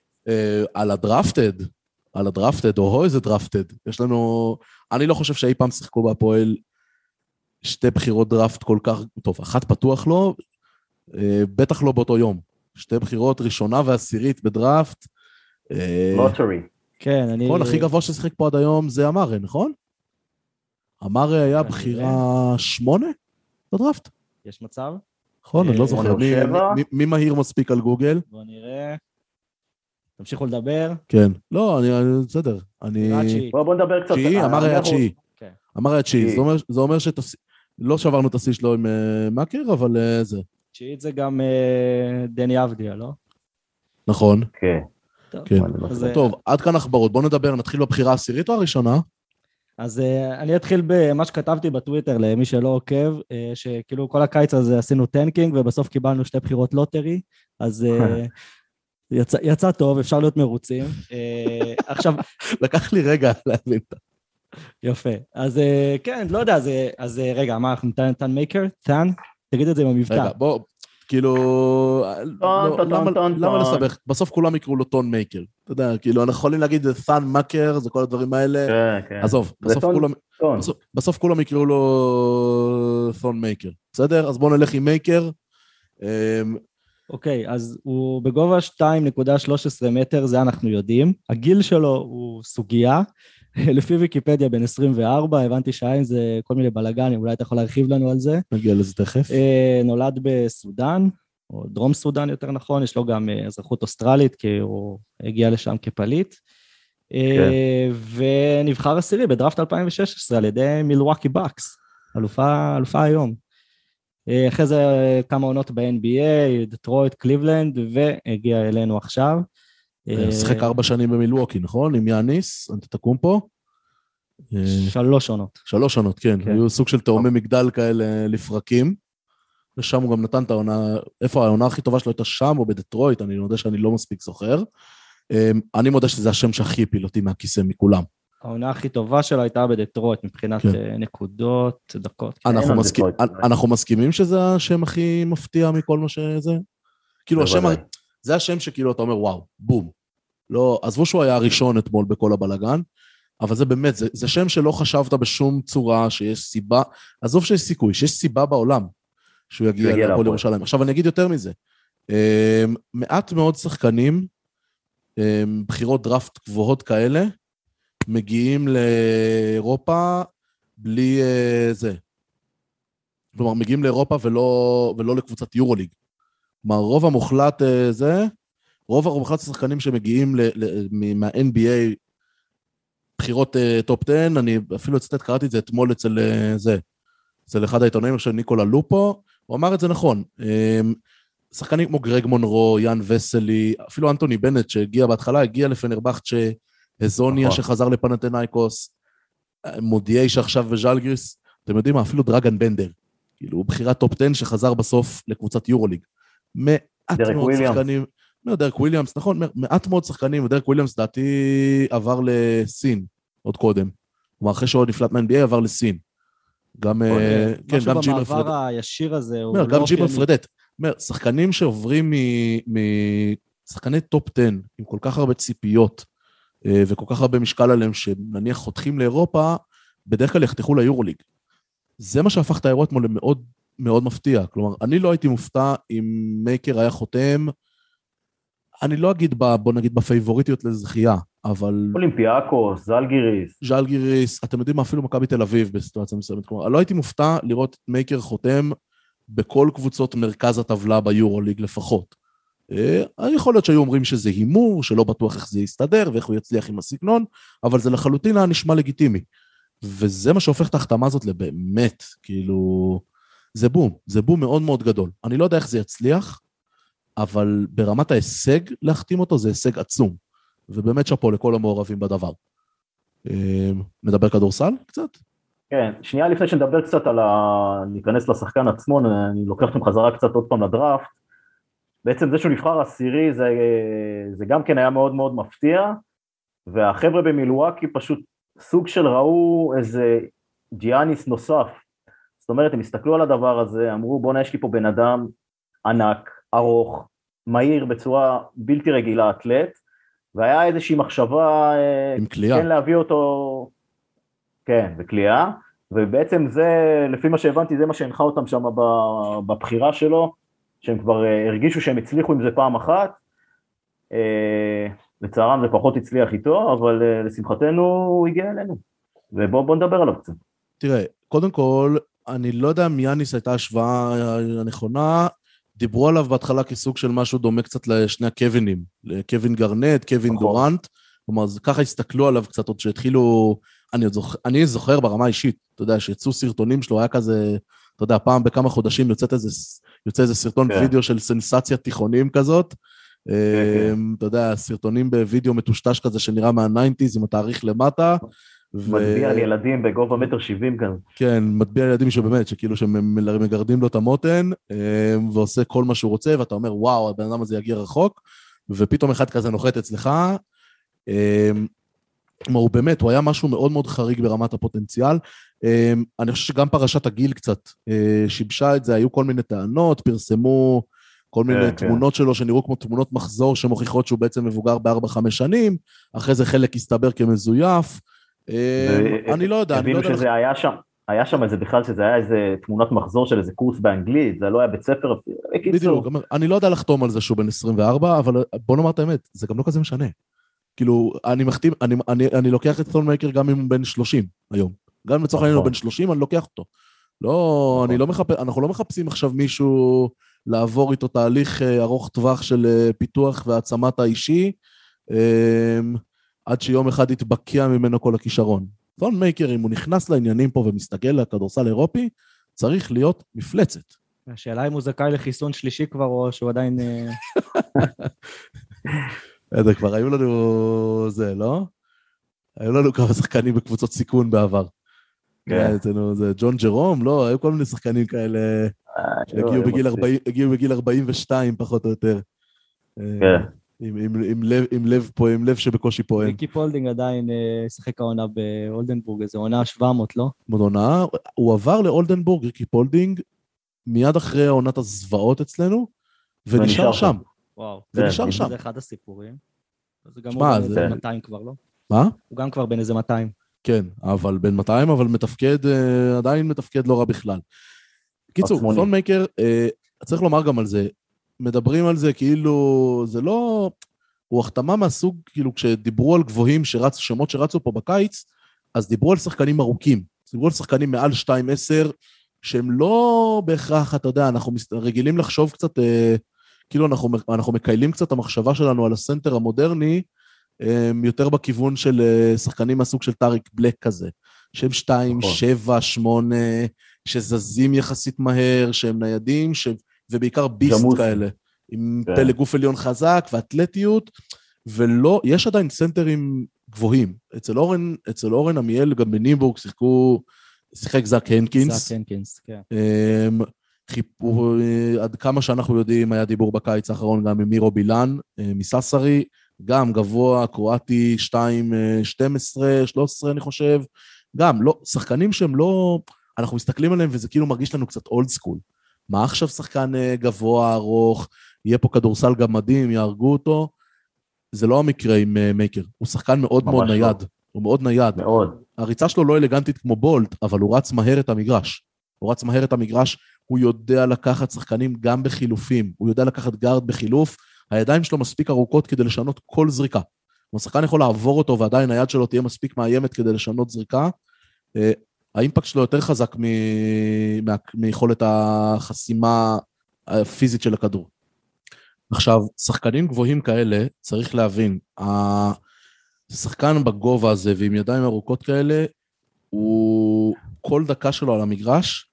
Speaker 5: על הדרפטד, או איזה דרפטד. יש לנו, אני לא חושב שאי פעם שיחקו בהפועל שתי בחירות דרפט כל כך, טוב, אחת פתוח לו, בטח לא באותו יום. שתי בחירות ראשונה ועשירית בדרפט.
Speaker 1: לוטרי.
Speaker 6: כן, אני...
Speaker 5: נכון, הכי גבוה ששיחק פה עד היום זה אמרה, נכון? אמרה היה בחירה 8 בדרפט.
Speaker 6: יש מצב?
Speaker 5: נכון, אני לא זוכר. מי מהיר מספיק על גוגל?
Speaker 6: בוא נראה. תמשיכו לדבר.
Speaker 5: כן. לא, בסדר.
Speaker 1: בוא נדבר קצת.
Speaker 5: אמרה היה 9. אמרה היה 9. זה אומר לא שברנו את השיא שלו עם מקר, אבל זה.
Speaker 6: 9 זה גם דני אבדיה, לא?
Speaker 5: נכון.
Speaker 1: כן.
Speaker 5: טוב, עד כאן החברות, בואו נדבר, נתחיל בבחירה העשירית או הראשונה?
Speaker 6: אז אני אתחיל במה שכתבתי בטוויטר למי שלא עוקב, שכאילו כל הקיץ הזה עשינו טנקינג, ובסוף קיבלנו 2 בחירות לוטרי, אז יצא טוב, אפשר להיות מרוצים. עכשיו,
Speaker 5: לקח לי רגע להבין.
Speaker 6: יפה. אז כן, לא יודע, אז רגע, מה, אנחנו נתן מייקר? תן? תגיד את זה עם המבטא.
Speaker 5: רגע, בוא, כאילו, למה לסבך? בסוף כולם יקראו לו טון מייקר. אתה יודע, כאילו, אנחנו יכולים להגיד תן מקר, זה כל הדברים האלה. עזוב, בסוף כולם יקראו לו טון מייקר. בסדר? אז בואו נלך עם מייקר.
Speaker 6: אוקיי, אז הוא בגובה 2.13 מטר, זה אנחנו יודעים. הגיל שלו הוא סוגיה. לפי ויקיפדיה בין 24, הבנתי שהאין זה כל מיני בלגנים, אולי אתה יכול להרחיב לנו על זה.
Speaker 5: נגיע לזה תכף.
Speaker 6: נולד בסודן, או דרום סודן יותר נכון, יש לו גם אזרחות אוסטרלית, כי הוא הגיע לשם כפליט, ונבחר עשירי בדראפט 2016 על ידי מילווקי בקס, אלופה היום. אחרי זה כמה עונות ב-NBA, דטרויט, קליבלנד, והגיע אלינו עכשיו.
Speaker 5: שחק 4 שנים במילווקי, נכון? עם יאניס, אתה תקום פה?
Speaker 6: 3 עונות.
Speaker 5: 3 עונות, כן. היו סוג של תאומי מגדל כאלה לפרקים. ושם הוא גם נתן את העונה, איפה העונה הכי טובה שלו הייתה שם, או בדטרויט, אני יודע שאני לא מספיק זוכר. אני מודה שזה השם שהכי הפיל אותי מהכיסא מכולם.
Speaker 6: העונה הכי טובה שלו הייתה בדטרויט, מבחינת נקודות, דקות.
Speaker 5: אנחנו מסכימים שזה השם הכי מפתיע מכל מה שזה? כאילו השם, זה השם שכאילו אתה אומר, וואו, בום. לא, עזבו שהוא היה הראשון אתמול בכל הבלגן, אבל זה באמת, זה שם שלא חשבת בשום צורה שיש סיבה, עזוב שיש סיכוי, שיש סיבה בעולם שהוא יגיע להפועל ירושלים. עכשיו אני אגיד יותר מזה, מעט מאוד שחקנים, בחירות דראפט גבוהות כאלה, מגיעים לאירופה בלי זה. כלומר, מגיעים לאירופה ולא לקבוצת יורוליג. כלומר, רוב המוחלט השחקנים שמגיעים מה-NBA, בחירות טופ 10, אני אפילו קראתי את זה אתמול אצל אחד העיתונאים של ניקולה לופו, הוא אמר את זה נכון, שחקנים כמו גרג מונרו, יאן וסלי, אפילו אנטוני בנט שהגיע בהתחלה, הגיע לפנרבכצ'ה, הזוניה שחזר לפנתנאיקוס, מודיעי שעכשיו וז'לגריס, אתם יודעים מה, אפילו דרגן בנדר, כאילו בחירת טופ 10 שחזר בסוף לקבוצת יורוליג, מעט מאוד שחקנים, דרק וויליאמס, נכון, מעט מאוד שחקנים, ודרק וויליאמס דעתי עבר לסין עוד קודם, כלומר אחרי שעוד נפלט מה-NBA עבר לסין, גם ג'ימר
Speaker 6: במעבר הישיר הזה,
Speaker 5: גם ג'ימר פרדט, שחקנים שעוברים משחקני טופ 10, עם כל כך הרבה ציפיות, וכל כך הרבה משקל עליהם, שנניח חותכים לאירופה, בדרך כלל יחתכו ליורוליג. זה מה שהפך את האירוע אתמול למאוד מאוד מפתיע. כלומר, אני לא הייתי מופתע אם מייקר היה חותם, אני לא אגיד, בוא נגיד, בפייבוריטיות לזכייה, אבל...
Speaker 1: אולימפיאקוס,
Speaker 5: ז'לגיריס, אתם יודעים מה, אפילו מכבי תל אביב בסיטואציה מסוימת. כלומר, אני לא הייתי מופתע לראות מייקר חותם בכל קבוצות מרכז הטבלה ביורוליג לפחות. יכול להיות שהיו אומרים שזה הימור, שלא בטוח איך זה יסתדר, ואיך הוא יצליח עם הסגנון, אבל זה לחלוטין היה נשמע לגיטימי. וזה מה שהופך את ההחתמה הזאת לבאמת, כאילו, זה בום מאוד מאוד גדול. אני לא יודע איך זה יצליח, אבל ברמת ההישג להחתים אותו, זה הישג עצום. ובאמת שפו לכל המעורבים בדבר. נדבר כדורסל קצת?
Speaker 1: כן, שנייה לפני שנדבר קצת ניכנס לשחקן עצמו, אני לוקח אתכם חזרה קצת עוד פעם לדראפט, בעצם זה שהוא נבחר עשירי, זה גם כן היה מאוד מאוד מפתיע, והחבר'ה במילווקי פשוט סוג של ראו איזה ג'יאניס נוסף, זאת אומרת, הם הסתכלו על הדבר הזה, אמרו בוא יש לי פה בן אדם ענק, ארוך, מהיר בצורה בלתי רגילה אתלט, והיה איזושהי מחשבה,
Speaker 5: עם קליעה.
Speaker 1: כן להביא אותו, כן, בקליעה, ובעצם זה, לפי מה שהבנתי, זה מה שהנחה אותם שם בבחירה שלו, שהם כבר הרגישו שהם הצליחו עם זה פעם אחת, לצערם זה פחות הצליח איתו, אבל לשמחתנו הוא הגיע אלינו, ובואו נדבר עליו קצת.
Speaker 5: תראה, קודם כל, אני לא יודע אם יאניס הייתה השוואה הנכונה, דיברו עליו בהתחלה כסוג של משהו דומה קצת לשני הקווינים, לקווין גרנט, קווין דורנט, כלומר, ככה הסתכלו עליו קצת עוד שהתחילו, אני זוכר ברמה האישית, אתה יודע, שיצאו סרטונים שלו, היה כזה, אתה יודע, פעם בכמה חודשים יוצא איזה סרטון וידאו של סנסציה תיכונים כזאת, אתה יודע, סרטונים בווידאו מטושטש כזה שנראה מה-90s עם התאריך למטה.
Speaker 1: מטביע על ילדים בגובה 1.70 כאן.
Speaker 5: כן, מטביע על ילדים שבאמת, שכאילו שמגרדים לו את המותן, ועושה כל מה שהוא רוצה, ואתה אומר, וואו, הבן אדם הזה יגיע רחוק, ופתאום אחד כזה נוחת אצלך, הוא באמת, הוא היה משהו מאוד מאוד חריג ברמת הפוטנציאל, אני חושב שגם פרשת הגיל קצת שיבשה את זה, היו כל מיני טענות, פרסמו כל מיני תמונות שלו שנראו כמו תמונות מחזור שמוכיחות שהוא בעצם מבוגר ב4-5 שנים, אחרי זה חלק הסתבר כמזויף, אני לא יודע.
Speaker 1: הבינו שזה היה שם איזה בכלל, שזה היה איזה תמונת מחזור של איזה קורס באנגלית, זה לא היה בית ספר,
Speaker 5: בדיוק, אני לא יודע לחתום על זה שהוא בן 24, אבל בוא נאמר את האמת, זה גם לא כזה משנה. כאילו, אני לוקח את סון מייקר גם אם הוא בן 30 היום. גם לצורך העניין הוא בן 30, אני לוקח אותו. לא, אנחנו לא מחפשים עכשיו מישהו לעבור איתו תהליך ארוך טווח של פיתוח והעצמת האישי, עד שיום אחד יתבקע ממנו כל הכישרון. סון מייקר, אם הוא נכנס לעניינים פה ומסתכל לכדורסל אירופי, צריך להיות מפלצת.
Speaker 6: השאלה אם הוא זכאי לחיסון שלישי כבר, או שהוא עדיין...
Speaker 5: זה כבר היו לנו זה, לא? היו לנו כמה שחקנים בקבוצות סיכון בעבר. זה ג'ון ג'רום, לא? היו כל מיני שחקנים כאלה שהגיעו בגיל 42 פחות או יותר. עם לב שבקושי פועל.
Speaker 6: ריקי פולדינג עדיין שחק העונה באולדנבורג, איזו עונה 700, לא?
Speaker 5: עונה, הוא עבר לאולדנבורג, ריקי פולדינג, מיד אחרי העונת הזוועות אצלנו, ונשאר שם.
Speaker 6: וואו.
Speaker 5: ונשאר שם.
Speaker 6: זה אחד הסיפורים. זה גם הוא בן איזה 200 כבר, לא?
Speaker 5: מה?
Speaker 6: הוא גם כבר בן איזה 200.
Speaker 5: כן, אבל בן 200, אבל עדיין מתפקד לא רע בכלל. קיצור, סון מייקר, צריך לומר גם על זה, מדברים על זה כאילו, זה לא, הוא החתמה מהסוג, כאילו כשדיברו על גבוהים שמות שרצו פה בקיץ, אז דיברו על שחקנים ארוכים, דיברו על שחקנים מעל 2-10, שהם לא בהכרח, אתה יודע, אנחנו רגילים לחשוב קצת, כאילו אנחנו מקיילים קצת המחשבה שלנו על הסנטר המודרני, יותר בכיוון של שחקנים מהסוג של טאריק בלק כזה, שהם 2, 7, 8, שזזים יחסית מהר, שהם ניידים, ובעיקר ביסט כאלה, עם פלא גוף עליון חזק ואתלטיות, ולא, יש עדיין סנטרים גבוהים. אצל אורן עמיאל, גם בנימבורג, שיחק זק הנקינס.
Speaker 6: זק הנקינס, כן.
Speaker 5: עד כמה שאנחנו יודעים, היה דיבור בקיץ האחרון גם עם מירו בילן, מססרי, גם גבוה, קרואטי, 2, 12, 13, אני חושב, גם, לא, שחקנים שהם לא, אנחנו מסתכלים עליהם וזה כאילו מרגיש לנו קצת אולד סקול. מה עכשיו שחקן גבוה, ארוך, יהיה פה כדורסל גם מדהים, יהרגו אותו, זה לא המקרה עם מייקר, הוא שחקן מאוד מאוד נייד, הוא מאוד נייד.
Speaker 1: מאוד.
Speaker 5: הריצה שלו לא אלגנטית כמו בולט, אבל הוא רץ מהר את המגרש, הוא יודע לקחת שחקנים גם בחילופים, הוא יודע לקחת גארד בחילוף, הידיים שלו מספיק ארוכות כדי לשנות כל זריקה. השחקן יכול לעבור אותו, ועדיין היד שלו תהיה מספיק מאיימת כדי לשנות זריקה. האימפקט שלו יותר חזק מיכולת החסימה הפיזית של הכדור. עכשיו, שחקנים גבוהים כאלה, צריך להבין, השחקן בגובה הזה ועם ידיים ארוכות כאלה, הוא כל דקה שלו על המגרש,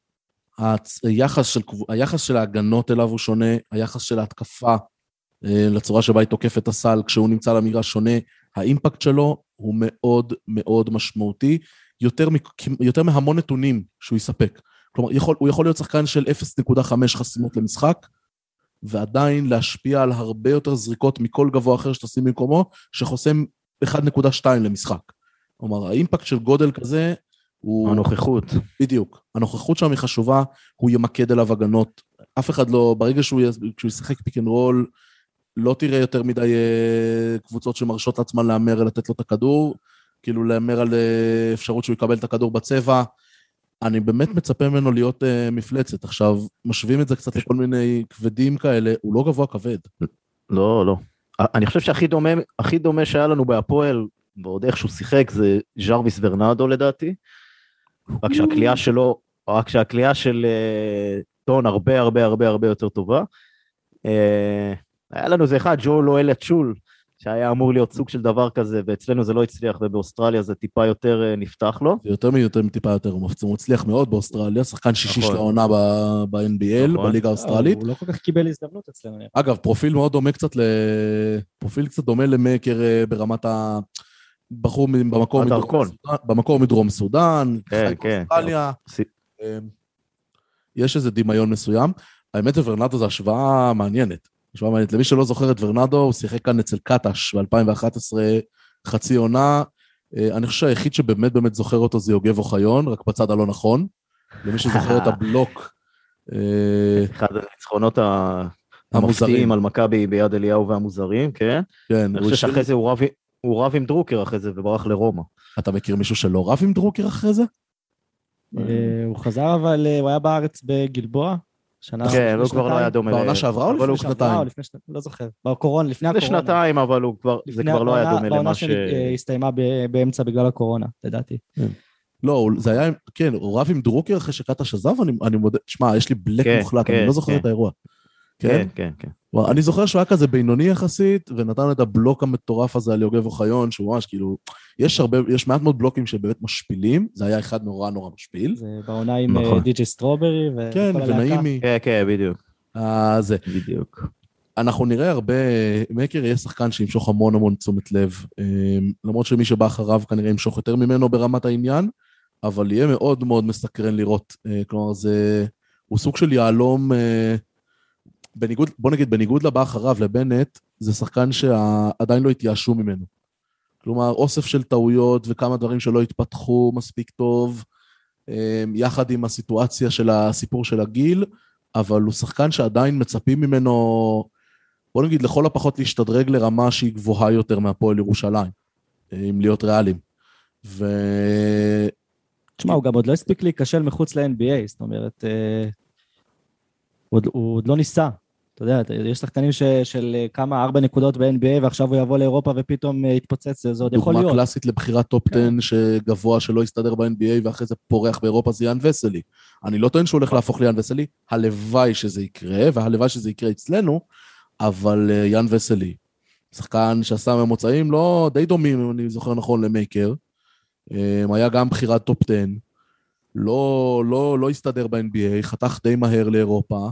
Speaker 5: היחס של ההגנות אליו הוא שונה, היחס של ההתקפה לצורה שבה היא תוקף את הסל, כשהוא נמצא על המגרש שונה, האימפקט שלו הוא מאוד מאוד משמעותי, יותר מהמון נתונים שהוא יספק. כלומר, הוא יכול להיות שחקן של 0.5 חסימות למשחק, ועדיין להשפיע על הרבה יותר זריקות מכל גבוה אחר שתשים במקומו, שחוסם 1.2 למשחק. כלומר, האימפקט של גודל כזה, הוא...
Speaker 1: הנוכחות.
Speaker 5: בדיוק. הנוכחות שם היא חשובה, הוא ימקד אליו הגנות. אף אחד לא, ברגע שהוא ישחק פיק אנד רול, לא תראה יותר מדי קבוצות שמרשות לעצמן לאמר לתת לו את הכדור, כאילו לאמר על אפשרות שהוא יקבל את הכדור בצבע. אני באמת מצפה ממנו להיות מפלצת. עכשיו, משווים את זה קצת לכל מיני כבדים כאלה, הוא לא גבוה כבד.
Speaker 1: לא, לא. אני חושב שהכי דומה שהיה לנו בהפועל, ועוד איך שהוא שיחק, זה ז'רוויס ורנדו לדעתי, רק שהקליעה של טון הרבה הרבה הרבה הרבה יותר טובה. היה לנו זה אחד, ג'ו לואלה צ'ול, שהיה אמור להיות סוג של דבר כזה, ואצלנו זה לא הצליח, ובאוסטרליה זה טיפה יותר נפתח לו.
Speaker 5: זה יותר מטיפה יותר, הוא מצליח מאוד באוסטרליה, שחקן שישי של העונה ב-NBL, בליגה האוסטרלית.
Speaker 6: הוא לא כל כך קיבל הזדמנות אצלנו.
Speaker 5: אגב, פרופיל מאוד דומה פרופיל קצת דומה למקר ברמת בחור במקור מדרום סודן, חי באוסטרליה. יש איזה דמיון מסוים. האמת, ורנדו זה השוואה מעניינת. נשמע מעניין. למי שלא זוכר את ורנדו, הוא שיחק כאן אצל קטש ב-2011, חצי עונה. אני חושב שהיחיד שבאמת באמת זוכר אותו זה יוגב אוחיון, רק בצד הלא נכון. למי שזוכר את הבלוק.
Speaker 1: אחד הניצחונות המפתיעים על מכבי ביד אליהו והמוזרים, כן?
Speaker 5: כן.
Speaker 1: אני חושב שאחרי זה הוא רב עם דרוקר אחרי זה וברח לרומא.
Speaker 5: אתה מכיר מישהו שלא רב עם דרוקר אחרי זה?
Speaker 6: הוא חזר, אבל הוא היה בארץ בגלבוע.
Speaker 1: כן, הוא כבר לא היה דומה.
Speaker 5: בעונה שעברה או לפני שנתיים?
Speaker 6: לא זוכר. בקורונה, לפני הקורונה.
Speaker 1: לפני שנתיים, אבל זה כבר לא היה דומה למה ש...
Speaker 6: בעונה שהסתיימה באמצע בגלל הקורונה, לדעתי.
Speaker 5: לא, זה היה, כן, הוא רב עם דרוקר אחרי שקטה שזב, אני מודה, שמע, יש לי בלק מוחלט, אני לא זוכר את האירוע.
Speaker 1: כן, כן, כן.
Speaker 5: אני זוכר שהוא היה כזה בינוני יחסית, ונתן את הבלוק המטורף הזה על יוגב אוחיון, שהוא ממש כאילו, יש מעט מאוד בלוקים שבאמת משפילים, זה היה אחד נורא נורא משפיל.
Speaker 6: זה בעונה עם די.ג'יי סטרוברי וכל
Speaker 5: הלהקה. כן, ונעימי.
Speaker 1: כן, כן, בדיוק.
Speaker 5: זה.
Speaker 1: בדיוק.
Speaker 5: אנחנו נראה הרבה, מייקר יהיה שחקן שימשוך המון המון תשומת לב, למרות שמי שבא אחריו כנראה ימשוך יותר ממנו ברמת העניין, אבל יהיה מאוד מאוד מסקרן לראות, כלומר הוא סוג של יעלום, בוא נגיד, בניגוד לבא אחריו, לבנט, זה שחקן שעדיין לא התייאשו ממנו. כלומר, אוסף של טעויות וכמה דברים שלא התפתחו מספיק טוב, יחד עם הסיטואציה של הסיפור של הגיל, אבל הוא שחקן שעדיין מצפים ממנו, בוא נגיד, לכל הפחות להשתדרג לרמה שהיא גבוהה יותר מהפועל ירושלים, עם להיות ריאליים.
Speaker 6: תשמע, הוא גם עוד לא הספיק להיכשל מחוץ ל-NBA, זאת אומרת, הוא עוד לא ניסה. אתה יודע, יש שחקנים של כמה 4 נקודות ב-NBA, ועכשיו הוא יבוא לאירופה ופתאום יתפוצץ, זה עוד יכול להיות.
Speaker 5: דוגמה קלאסית לבחירת טופ 10 שגבוה שלא יסתדר ב-NBA, ואחרי זה פורח באירופה זה יאן וסלי. אני לא טוען שהוא הולך להפוך ליאן וסלי, הלוואי שזה יקרה, והלוואי שזה יקרה אצלנו, אבל יאן וסלי, שחקן שעשה ממוצעים לא די דומים, אם אני זוכר נכון, למייקר, היה גם בחירת טופ 10, לא הסתדר ב-NBA, חתך די מהר לאירופה,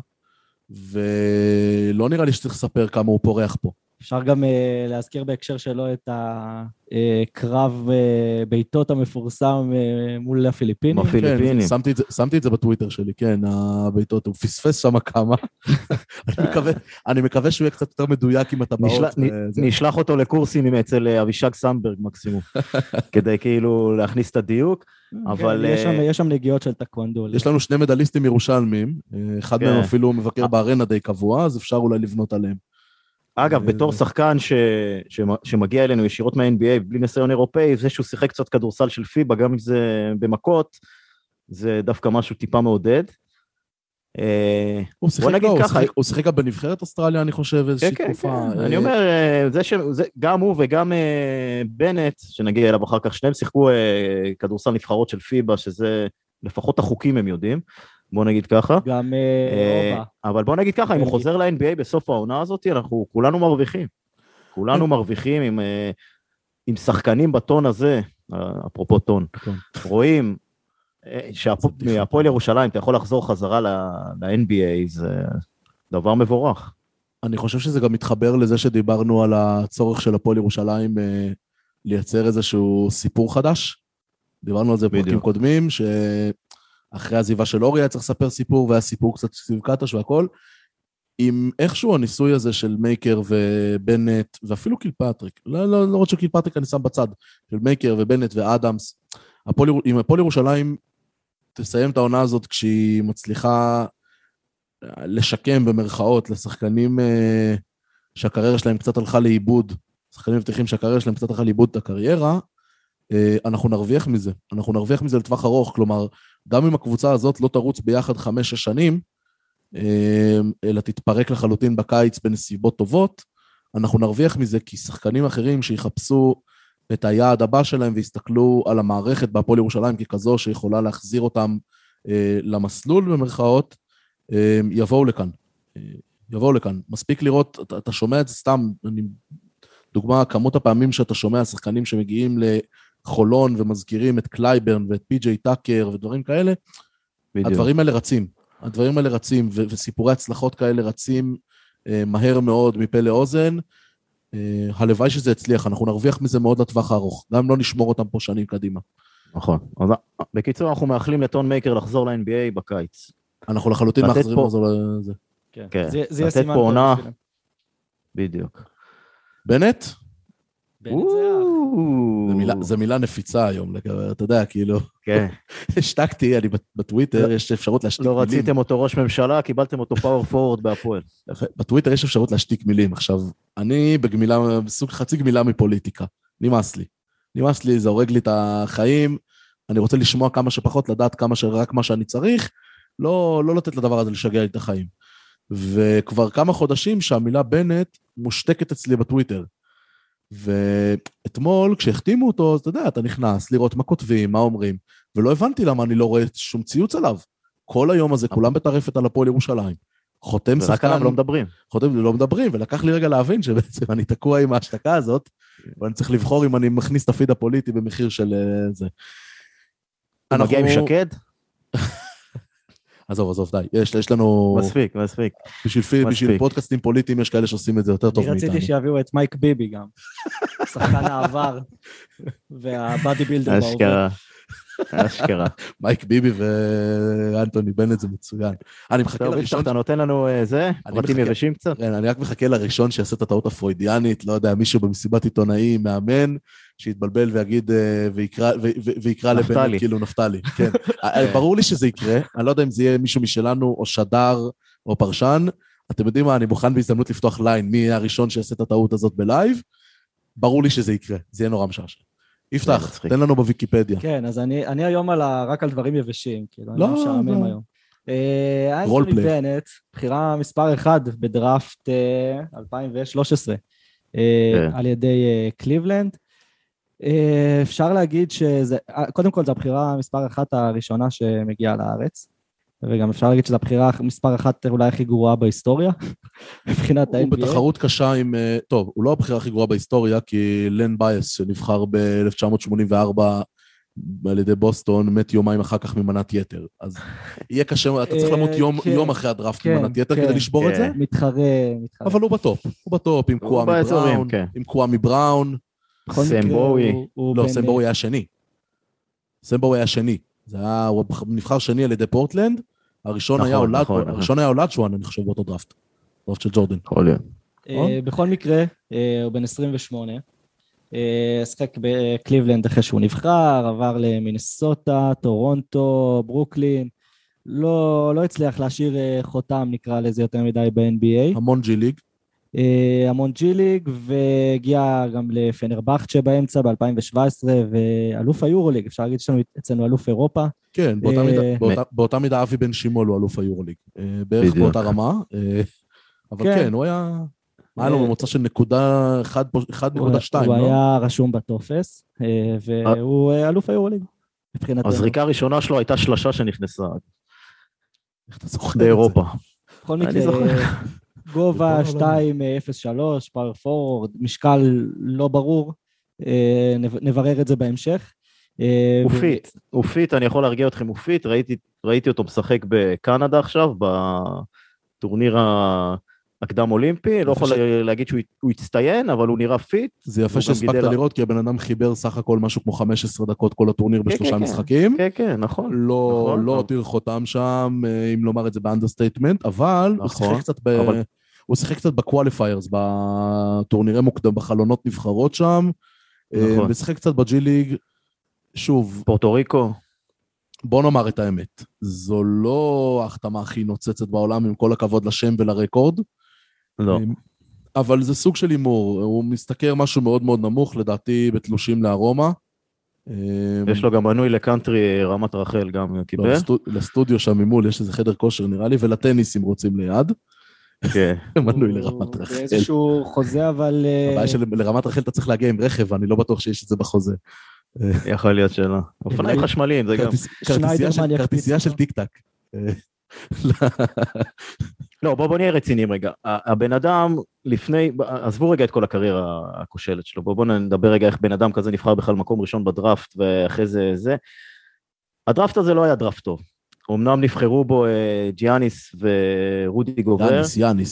Speaker 5: ולא נראה לי שצריך לספר כמה הוא פורח פה.
Speaker 6: אפשר גם להזכיר בהקשר שלו את הקרב ביתות המפורסם מול הפיליפינים.
Speaker 5: כן, שמתי את זה בטוויטר שלי, כן, הביתות, הוא פספס שם כמה. אני מקווה שהוא יהיה קצת יותר מדויק עם הטבעות.
Speaker 1: נשלח אותו לקורסים אצל אבישג סמברג מקסימום, כדי כאילו להכניס את הדיוק. אבל
Speaker 6: יש שם נגיעות של טקוונדו.
Speaker 5: יש לנו 2 מדליסטים ירושלמים, אחד מהם אפילו מבקר בארנה די קבוע, אז אפשר אולי לבנות עליהם.
Speaker 1: אגב, בתור שחקן שמגיע אלינו ישירות מה-NBA בלי ניסיון אירופאי, זה שהוא שיחק קצת כדורסל של פיבה, גם אם זה במכות, זה דווקא משהו טיפה מעודד.
Speaker 5: הוא שיחק גם בנבחרת אוסטרליה, אני חושב, איזושהי תקופה.
Speaker 1: אני אומר, גם הוא וגם בנט, שנגיע אליו אחר כך, שניהם שיחקו כדורסל נבחרות של פיבה, שזה לפחות החוקים הם יודעים, בוא נגיד ככה.
Speaker 6: גם אובה.
Speaker 1: אבל בוא נגיד ככה, אם הוא חוזר ל-NBA בסוף העונה הזאת, אנחנו כולנו מרוויחים. כולנו מרוויחים עם שחקנים בטון הזה, אפרופו טון. רואים שהפועל ירושלים, אתה יכול לחזור חזרה ל-NBA, זה דבר מבורך.
Speaker 5: אני חושב שזה גם מתחבר לזה שדיברנו על הצורך של הפועל ירושלים לייצר איזשהו סיפור חדש. דיברנו על זה בפרקים קודמים, אחרי העזיבה של אורי היה צריך לספר סיפור, והיה סיפור קצת סביב קטש והכל, עם איכשהו הניסוי הזה של מייקר ובנט, ואפילו קילפטריק, לא רוצה שקילפטריק אני שם בצד, של מייקר ובנט ואדמס, אם הפועל ירושלים תסיים את העונה הזאת, כשהיא מצליחה לשקם במרכאות, לשחקנים שהקריירה שלהם קצת הלכה לאיבוד, שחקנים מבטיחים שהקריירה שלהם קצת הלכה לאיבוד את הקריירה, אנחנו נרוויח מזה. אנחנו נרוויח מזה לטווח ארוך, כלומר, גם אם הקבוצה הזאת לא תרוץ ביחד 5-6 שנים, אלא תתפרק לחלוטין בקיץ בנסיבות טובות, אנחנו נרוויח מזה כי שחקנים אחרים שיחפשו את היעד הבא שלהם ויסתכלו על המערכת בהפועל ירושלים ככזו שיכולה להחזיר אותם למסלול במרכאות, יבואו לכאן. מספיק לראות, אתה שומע את זה סתם, דוגמה, כמות הפעמים שאתה שומע שחקנים שמגיעים לחולון ומזכירים את קלייברן ואת פי.ג'יי טאקר ודברים כאלה, הדברים האלה רצים, וסיפורי הצלחות כאלה רצים מהר מאוד מפה לאוזן, הלוואי שזה הצליח, אנחנו נרוויח מזה מאוד לטווח הארוך, גם לא נשמור אותם פה שנים קדימה.
Speaker 1: נכון, בקיצור אנחנו מאחלים לטון מייקר לחזור ל-NBA בקיץ.
Speaker 5: אנחנו לחלוטין מאחזרים לחזור לזה.
Speaker 6: כן, זה יהיה סימן טוב בשבילם.
Speaker 1: בדיוק.
Speaker 5: בנט?
Speaker 6: בנט זה אח.
Speaker 5: זה מילה נפיצה היום, אתה יודע, כאילו,
Speaker 1: כן.
Speaker 5: השתקתי, אני בטוויטר, יש אפשרות להשתיק
Speaker 1: לא
Speaker 5: מילים.
Speaker 1: רציתם אותו ראש ממשלה, קיבלתם אותו פאוור פורוורד בהפועל.
Speaker 5: בטוויטר יש אפשרות להשתיק מילים. עכשיו, אני בגמילה, בסוג חצי גמילה מפוליטיקה. נמאס לי, זה הורג לי את החיים, אני רוצה לשמוע כמה שפחות, לדעת רק מה שאני צריך, לא לתת לדבר הזה לשגע לי את החיים. וכבר כמה חודשים שהמילה בנט מושתקת אצלי בטוויטר. ואתמול, כשהחתימו אותו, אתה יודע, אתה נכנס לראות מה כותבים, מה אומרים, ולא הבנתי למה אני לא רואה שום ציוץ עליו. כל היום הזה, כולם בטרפת על הפועל ירושלים. חותם שחקן...
Speaker 1: ורק עליו לא מדברים.
Speaker 5: ולקח לי רגע להבין שבעצם אני תקוע עם ההשתקה הזאת, ואני צריך לבחור אם אני מכניס את הפיד הפוליטי במחיר של זה.
Speaker 1: הוא מגיע עם שקד?
Speaker 5: עזוב, די. יש לנו...
Speaker 1: מספיק.
Speaker 5: בשביל פודקאסטים פוליטיים יש כאלה שעושים את זה יותר טוב מאיתנו.
Speaker 6: אני רציתי שיביאו את מייק ביבי גם. שחקן העבר. והבאדי בילדר בהווה.
Speaker 1: אשכרה.
Speaker 5: מייק ביבי ואנטוני בנט זה מצוין. אני מחכה לראשון...
Speaker 1: אתה נותן לנו זה? פרטים יבשים קצת?
Speaker 5: אני רק מחכה לראשון שיעשה את הטעות הפרוידיאנית, לא יודע, מישהו במסיבת עיתונאים, מאמן, שיתבלבל ויגיד, ויקרא לבנט כאילו נפתלי. כן. ברור לי שזה יקרה, אני לא יודע אם זה יהיה מישהו משלנו, או שדר, או פרשן. אתם יודעים מה, אני מוכן בהזדמנות לפתוח ליין, מי יהיה הראשון שיעשה את הטעות הזאת בלייב. ברור לי שזה יקרה, זה יהיה נורא משעשע. יפתח, תן לנו בוויקיפדיה.
Speaker 6: כן, אז אני היום רק על דברים יבשים, כאילו, אני משעמם היום. אנטוני בנט, בחירה מספר 1 בדראפט 2013, על ידי קליבלנד. אפשר להגיד שזה, קודם כל, זו הבחירה מספר 1 הראשונה שמגיעה לארץ, וגם אפשר להגיד שזו הבחירה מספר 1 אולי הכי גרועה בהיסטוריה, מבחינת ה-NBA.
Speaker 5: הוא בתחרות קשה עם, טוב, הוא לא הבחירה הכי גרועה בהיסטוריה, כי לן בייס, שנבחר ב-1984 על ידי בוסטון, מת יומיים אחר כך ממנת יתר. אז יהיה קשה, אתה צריך למות יום אחרי הדראפט ממנת יתר כדי לשבור את זה.
Speaker 6: מתחרה.
Speaker 5: אבל הוא בטופ, עם קוואמי בראון.
Speaker 1: סמבווי.
Speaker 5: לא, סמבווי היה שני. זה היה, הוא נבחר שני על ידי פורטלנד, הראשון היה אולאג'ואן, אני חושב, באותו דראפט של ג'ורדן.
Speaker 6: בכל מקרה, הוא בן 28, שחק בקליבלנד אחרי שהוא נבחר, עבר למינסוטה, טורונטו, ברוקלין, לא הצליח להשאיר חותם, נקרא לזה יותר מדי ב-NBA. המון ג'י ליג, והגיע גם לפנרבכצ'ה באמצע ב-2017, ואלוף היורוליג, אפשר להגיד שיש לנו אצלנו אלוף אירופה.
Speaker 5: כן, באותה מידה אבי בן שימול הוא אלוף היורוליג, בערך באותה רמה, אבל כן, הוא היה לו ממוצע של 1.2.
Speaker 6: הוא היה רשום בטופס, והוא אלוף היורוליג.
Speaker 1: הזריקה הראשונה שלו הייתה שלשה שנכנסה באירופה.
Speaker 6: בכל מקרה, גובה 2.03, פאוור פורוורד, משקל לא ברור, נברר את זה בהמשך.
Speaker 1: הוא פיט, אני יכול להרגיע אתכם, הוא פיט, ראיתי אותו משחק בקנדה עכשיו, בטורניר הקדם אולימפי, לא יכול להגיד שהוא הצטיין, אבל הוא נראה פיט.
Speaker 5: זה יפה שהספקת לראות, כי הבן אדם חיבר סך הכל משהו כמו 15 דקות כל הטורניר בשלושה משחקים.
Speaker 1: כן, נכון.
Speaker 5: לא הותיר חותם שם, אם לומר את זה באנדרסטייטמנט, אבל הוא שיחק קצת בקואליפיירס, בטורנירי מוקדם, בחלונות נבחרות שם, ושיחק קצת בג'י ליג, שוב.
Speaker 1: פורטו ריקו.
Speaker 5: בוא נאמר את האמת, זו לא ההחתמה הכי נוצצת בעולם, עם כל הכבוד לשם ולרקורד.
Speaker 1: לא.
Speaker 5: אבל זה סוג של אימור, הוא מסתכר משהו מאוד מאוד נמוך, לדעתי בתלושים לארומה.
Speaker 1: יש לו גם מנוי לקאנטרי רמת רחל גם קיבל.
Speaker 5: לסטודיו שם ממול, יש איזה חדר כושר נראה לי, ולטניס אם רוצים ליד.
Speaker 1: כן.
Speaker 5: מנוי לרמת רחל.
Speaker 6: באיזשהו חוזה, אבל...
Speaker 5: הבעיה שלרמת רחל אתה צריך להגיע עם רכב, אני לא בטוח שיש את זה בחוזה.
Speaker 1: יכול להיות שלא. אופניים חשמליים, זה גם...
Speaker 5: כרטיסייה של טיק טק.
Speaker 1: לא, בוא נהיה רציניים רגע. הבן אדם לפני, עזבו רגע את כל הקריירה הכושלת שלו, בוא נדבר רגע איך בן אדם כזה נבחר בכלל מקום ראשון בדראפט, ואחרי זה. הדראפט הזה לא היה דראפט טוב. אמנם נבחרו בו ג'יאניס ורודי גובר.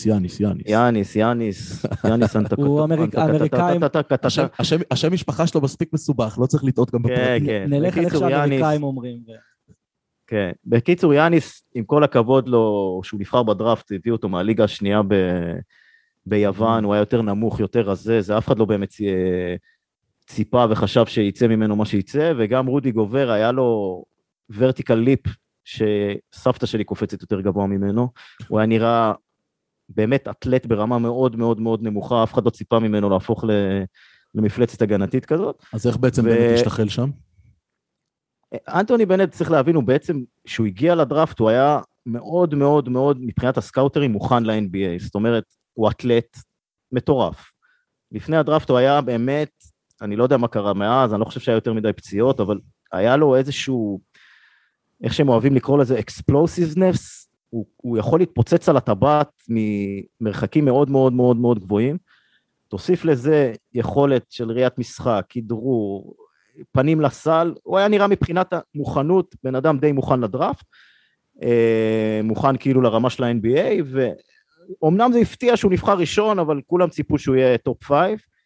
Speaker 1: יאניס.
Speaker 6: הוא אמריקאים.
Speaker 5: השם משפחה שלו מספיק מסובך, לא צריך לטעות גם בפרטים.
Speaker 6: נלך על איך שהאמריקאים אומרים.
Speaker 1: כן, בקיצור יאניס, עם כל הכבוד לו, שהוא נבחר בדראפט, הביא אותו מהליגה השנייה ביוון, הוא היה יותר נמוך, יותר רזה, זה אף אחד לא באמת ציפה וחשב שיצא ממנו מה שיצא, וגם רודי גובר היה לו ורטיקל ליפ, שסבתא שלי קופצת יותר גבוה ממנו, הוא היה נראה באמת אתלט ברמה מאוד מאוד מאוד נמוכה, אף אחד לא ציפה ממנו להפוך למפלצת הגנתית כזאת.
Speaker 5: אז איך בעצם בנט השתחל שם?
Speaker 1: אנטוני בנט, צריך להבין, הוא בעצם, כשהוא הגיע לדראפט, הוא היה מאוד מאוד מאוד, מבחינת הסקאוטרים, מוכן ל-NBA, זאת אומרת, הוא אתלט מטורף. לפני הדראפט הוא היה באמת, אני לא יודע מה קרה מאז, אני לא חושב שהיה יותר מדי פציעות, אבל היה לו איזשהו, איך שהם אוהבים לקרוא לזה, explosiveness, הוא יכול להתפוצץ על הטבעת ממרחקים מאוד מאוד מאוד מאוד גבוהים, תוסיף לזה יכולת של ראיית משחק, כדרור, פנים לסל, הוא היה נראה מבחינת המוכנות, בן אדם די מוכן לדראפט, מוכן כאילו לרמה של ה-NBA, ואומנם זה הפתיע שהוא נבחר ראשון, אבל כולם ציפו שהוא יהיה טופ 5,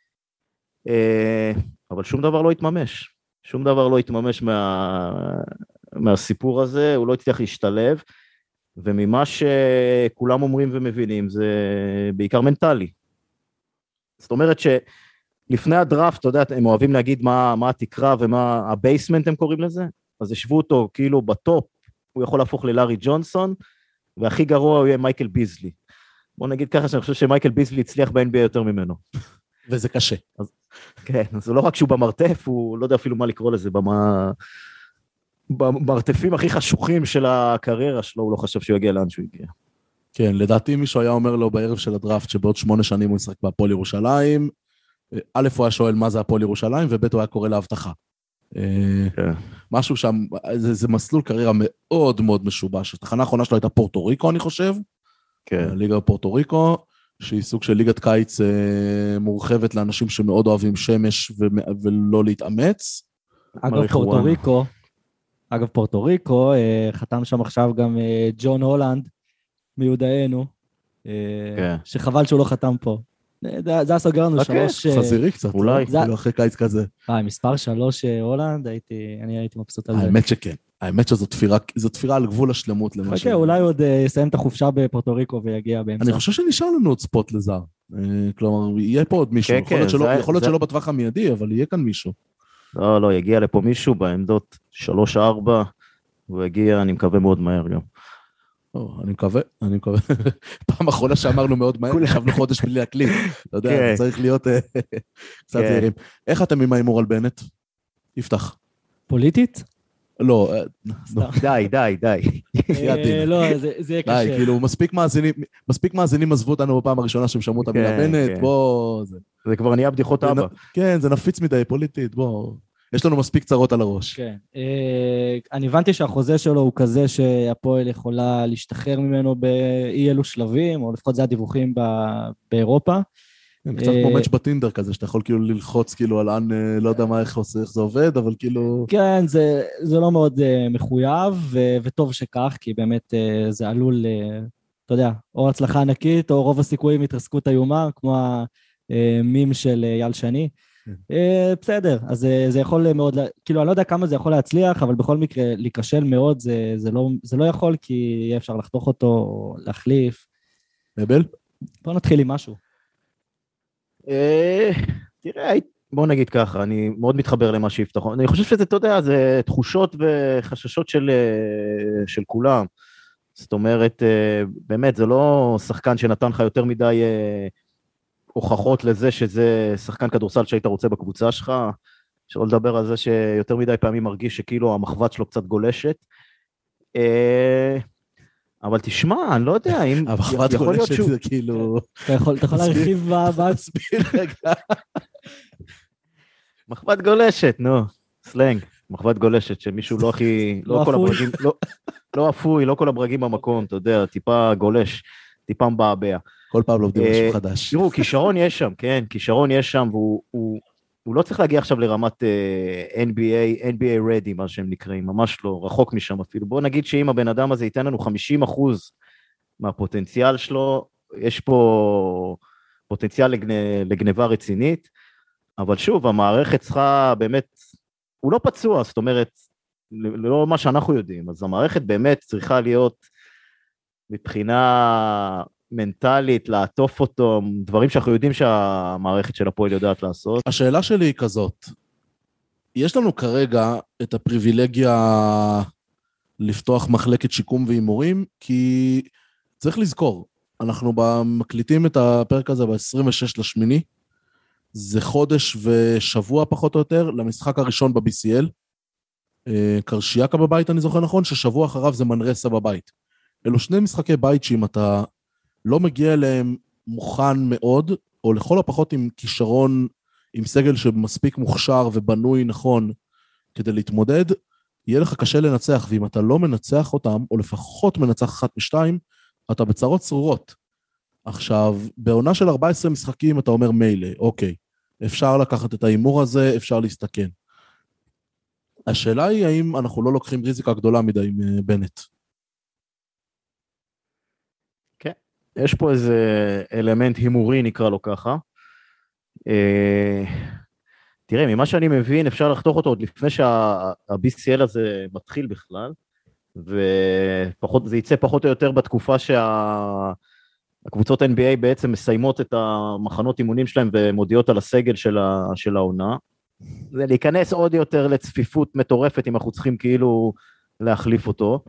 Speaker 1: אבל שום דבר לא התממש, שום דבר לא התממש מהסיפור הזה, הוא לא הצליח להשתלב, וממה שכולם אומרים ומבינים, זה בעיקר מנטלי. זאת אומרת שלפני הדראפט, אתה יודע, הם אוהבים להגיד מה התקרה ומה הבייסמנט הם קוראים לזה, אז ישבו אותו כאילו בטופ, הוא יכול להפוך ללארי ג'ונסון, והכי גרוע הוא יהיה מייקל ביזלי. בוא נגיד ככה שאני חושב שמייקל ביזלי הצליח ב-NBA יותר ממנו.
Speaker 5: וזה קשה.
Speaker 1: כן, אז זה לא רק שהוא במרתף, הוא לא יודע אפילו מה לקרוא לזה, במרתפים הכי חשוכים של הקריירה שלו, הוא לא חשב שהוא יגיע לאן שהוא הגיע.
Speaker 5: כן, לדעתי מישהו היה אומר לו בערב של הדראפט, שבעוד 8 שנים הוא ישחק בהפועל ירושלים, א' הוא היה שואל מה זה הפועל ירושלים, וב' הוא היה קורא להבטחה. משהו שם, זה מסלול קריירה מאוד מאוד משובש. התחנה האחרונה שלו הייתה פורטו ריקו, אני חושב. כן. ליגה פורטו ריקו, שהיא סוג של ליגת קיץ מורחבת לאנשים שמאוד אוהבים שמש ולא להתאמץ.
Speaker 6: אגב, פורטו ריקו, חתם שם עכשיו גם ג'ון הולנד, מיודענו, שחבל שהוא לא חתם פה. זה הסוגר לנו 3...
Speaker 5: חזירי קצת, אולי, אחרי קיץ כזה.
Speaker 6: מספר 3 הולנד, אני הייתי מבסוט על זה.
Speaker 5: האמת שכן, האמת שזו תפירה על גבול השלמות.
Speaker 6: חכה, אולי עוד יסיים את החופשה בפורטו ריקו ויגיע באמצע.
Speaker 5: אני חושב שנשאר לנו עוד ספוט לזר. כלומר, יהיה פה עוד מישהו, יכול להיות שלא בטווח המיידי, אבל יהיה כאן מישהו.
Speaker 1: לא, יגיע לפה מישהו בעמדות 3-4, הוא יגיע, אני מקווה מאוד מהר גם.
Speaker 5: אני מקווה. פעם אחרונה שאמרנו מאוד מהר, ישבנו חודש בלי להקליט. אתה יודע, צריך להיות קצת זהירים. איך אתם עם האימור על בנט? יפתח.
Speaker 6: פוליטית?
Speaker 5: לא.
Speaker 1: די.
Speaker 6: לא, זה יהיה קשה.
Speaker 5: די, כאילו, מספיק מאזינים עזבו אותנו בפעם הראשונה שהם שמעו את המילה בנט, בוא...
Speaker 1: זה כבר נהיה בדיחות אבא.
Speaker 5: כן, זה נפיץ מדי, פוליטית, בוא... יש לנו מספיק צרות על הראש.
Speaker 6: כן. אני הבנתי שהחוזה שלו הוא כזה שהפועל יכולה להשתחרר ממנו באי אלו שלבים, או לפחות זה הדיווחים באירופה.
Speaker 5: קצת כמו מאץ' בטינדר כזה, שאתה יכול כאילו ללחוץ כאילו על אן, לא יודע מה איך זה עובד, אבל כאילו...
Speaker 6: כן, זה לא מאוד מחויב, וטוב שכך, כי באמת זה עלול, אתה יודע, או הצלחה ענקית, או רוב הסיכויים התרסקות איומה, כמו המים של יעל שני. בסדר, אז זה יכול מאוד, כאילו אני לא יודע כמה זה יכול להצליח, אבל בכל מקרה להיכשל מאוד זה לא יכול, כי יהיה אפשר לחתוך אותו או להחליף.
Speaker 5: מבל?
Speaker 6: בוא נתחיל עם משהו.
Speaker 1: תראה, בוא נגיד ככה, אני מאוד מתחבר למה שיפתח, אני חושב שזה, אתה יודע, זה תחושות וחששות של כולם, זאת אומרת, באמת זה לא שחקן שנתן לך יותר מדי הוכחות לזה שזה שחקן כדורסל שהיית רוצה בקבוצה שלך, שלא לדבר על זה שיותר מדי פעמים מרגיש שכאילו המחבת שלו קצת גולשת, אבל תשמע, אני לא יודע אם...
Speaker 5: המחבת גולשת זה כאילו...
Speaker 6: אתה יכול להרחיב
Speaker 5: להסביר רגע.
Speaker 1: מחבת גולשת, נו, סלנג, מחבת גולשת, שמישהו לא הכי... לא אפוי, לא כל הברגים במקום, אתה יודע, טיפה גולש, טיפה מבעבע.
Speaker 5: כל פעם לומדים משהו חדש.
Speaker 1: תראו, כישרון יש שם, כן, כישרון יש שם, והוא לא צריך להגיע עכשיו לרמת NBA ready, מה שהם נקראים, ממש לא, רחוק משם אפילו. בואו נגיד שאם הבן אדם הזה ייתן לנו 50% מהפוטנציאל שלו, יש פה פוטנציאל לגניבה רצינית, אבל שוב, המערכת צריכה באמת, הוא לא פצוע, זאת אומרת, לא מה שאנחנו יודעים, אז המערכת באמת צריכה להיות מבחינה מנטלית, לעטוף אותו, דברים שאנחנו יודעים שהמערכת של הפועל יודעת לעשות.
Speaker 5: השאלה שלי היא כזאת, יש לנו כרגע את הפריבילגיה לפתוח מחלקת שיקום ואימורים, כי צריך לזכור, אנחנו מקליטים את הפרק הזה ב-26/8, זה חודש ושבוע פחות או יותר, למשחק הראשון ב-BCL, קרשיאקה בבית, אני זוכר נכון, ששבוע אחריו זה מנרסה בבית. אלו שני משחקי בית שאם אתה לא מגיע אליהם מוכן מאוד, או לכל הפחות עם כישרון, עם סגל שמספיק מוכשר ובנוי נכון כדי להתמודד, יהיה לך קשה לנצח, ואם אתה לא מנצח אותם, או לפחות מנצח אחת משתיים, אתה בצרות צרורות. עכשיו, בעונה של 14 משחקים אתה אומר מילא, אוקיי, אפשר לקחת את האימור הזה, אפשר להסתכן. השאלה היא האם אנחנו לא לוקחים ריזיקה גדולה מדי עם בנט.
Speaker 1: כן, יש פה איזה אלמנט הימורי נקרא לו ככה. תראה, ממה שאני מבין אפשר לחתוך אותו עוד לפני שה-BCL הזה מתחיל בכלל, וזה יצא פחות או יותר בתקופה שהקבוצות NBA בעצם מסיימות את המחנות אימונים שלהם ומודיעות על הסגל של העונה. זה להיכנס עוד יותר לצפיפות מטורפת אם אנחנו צריכים כאילו להחליף אותו.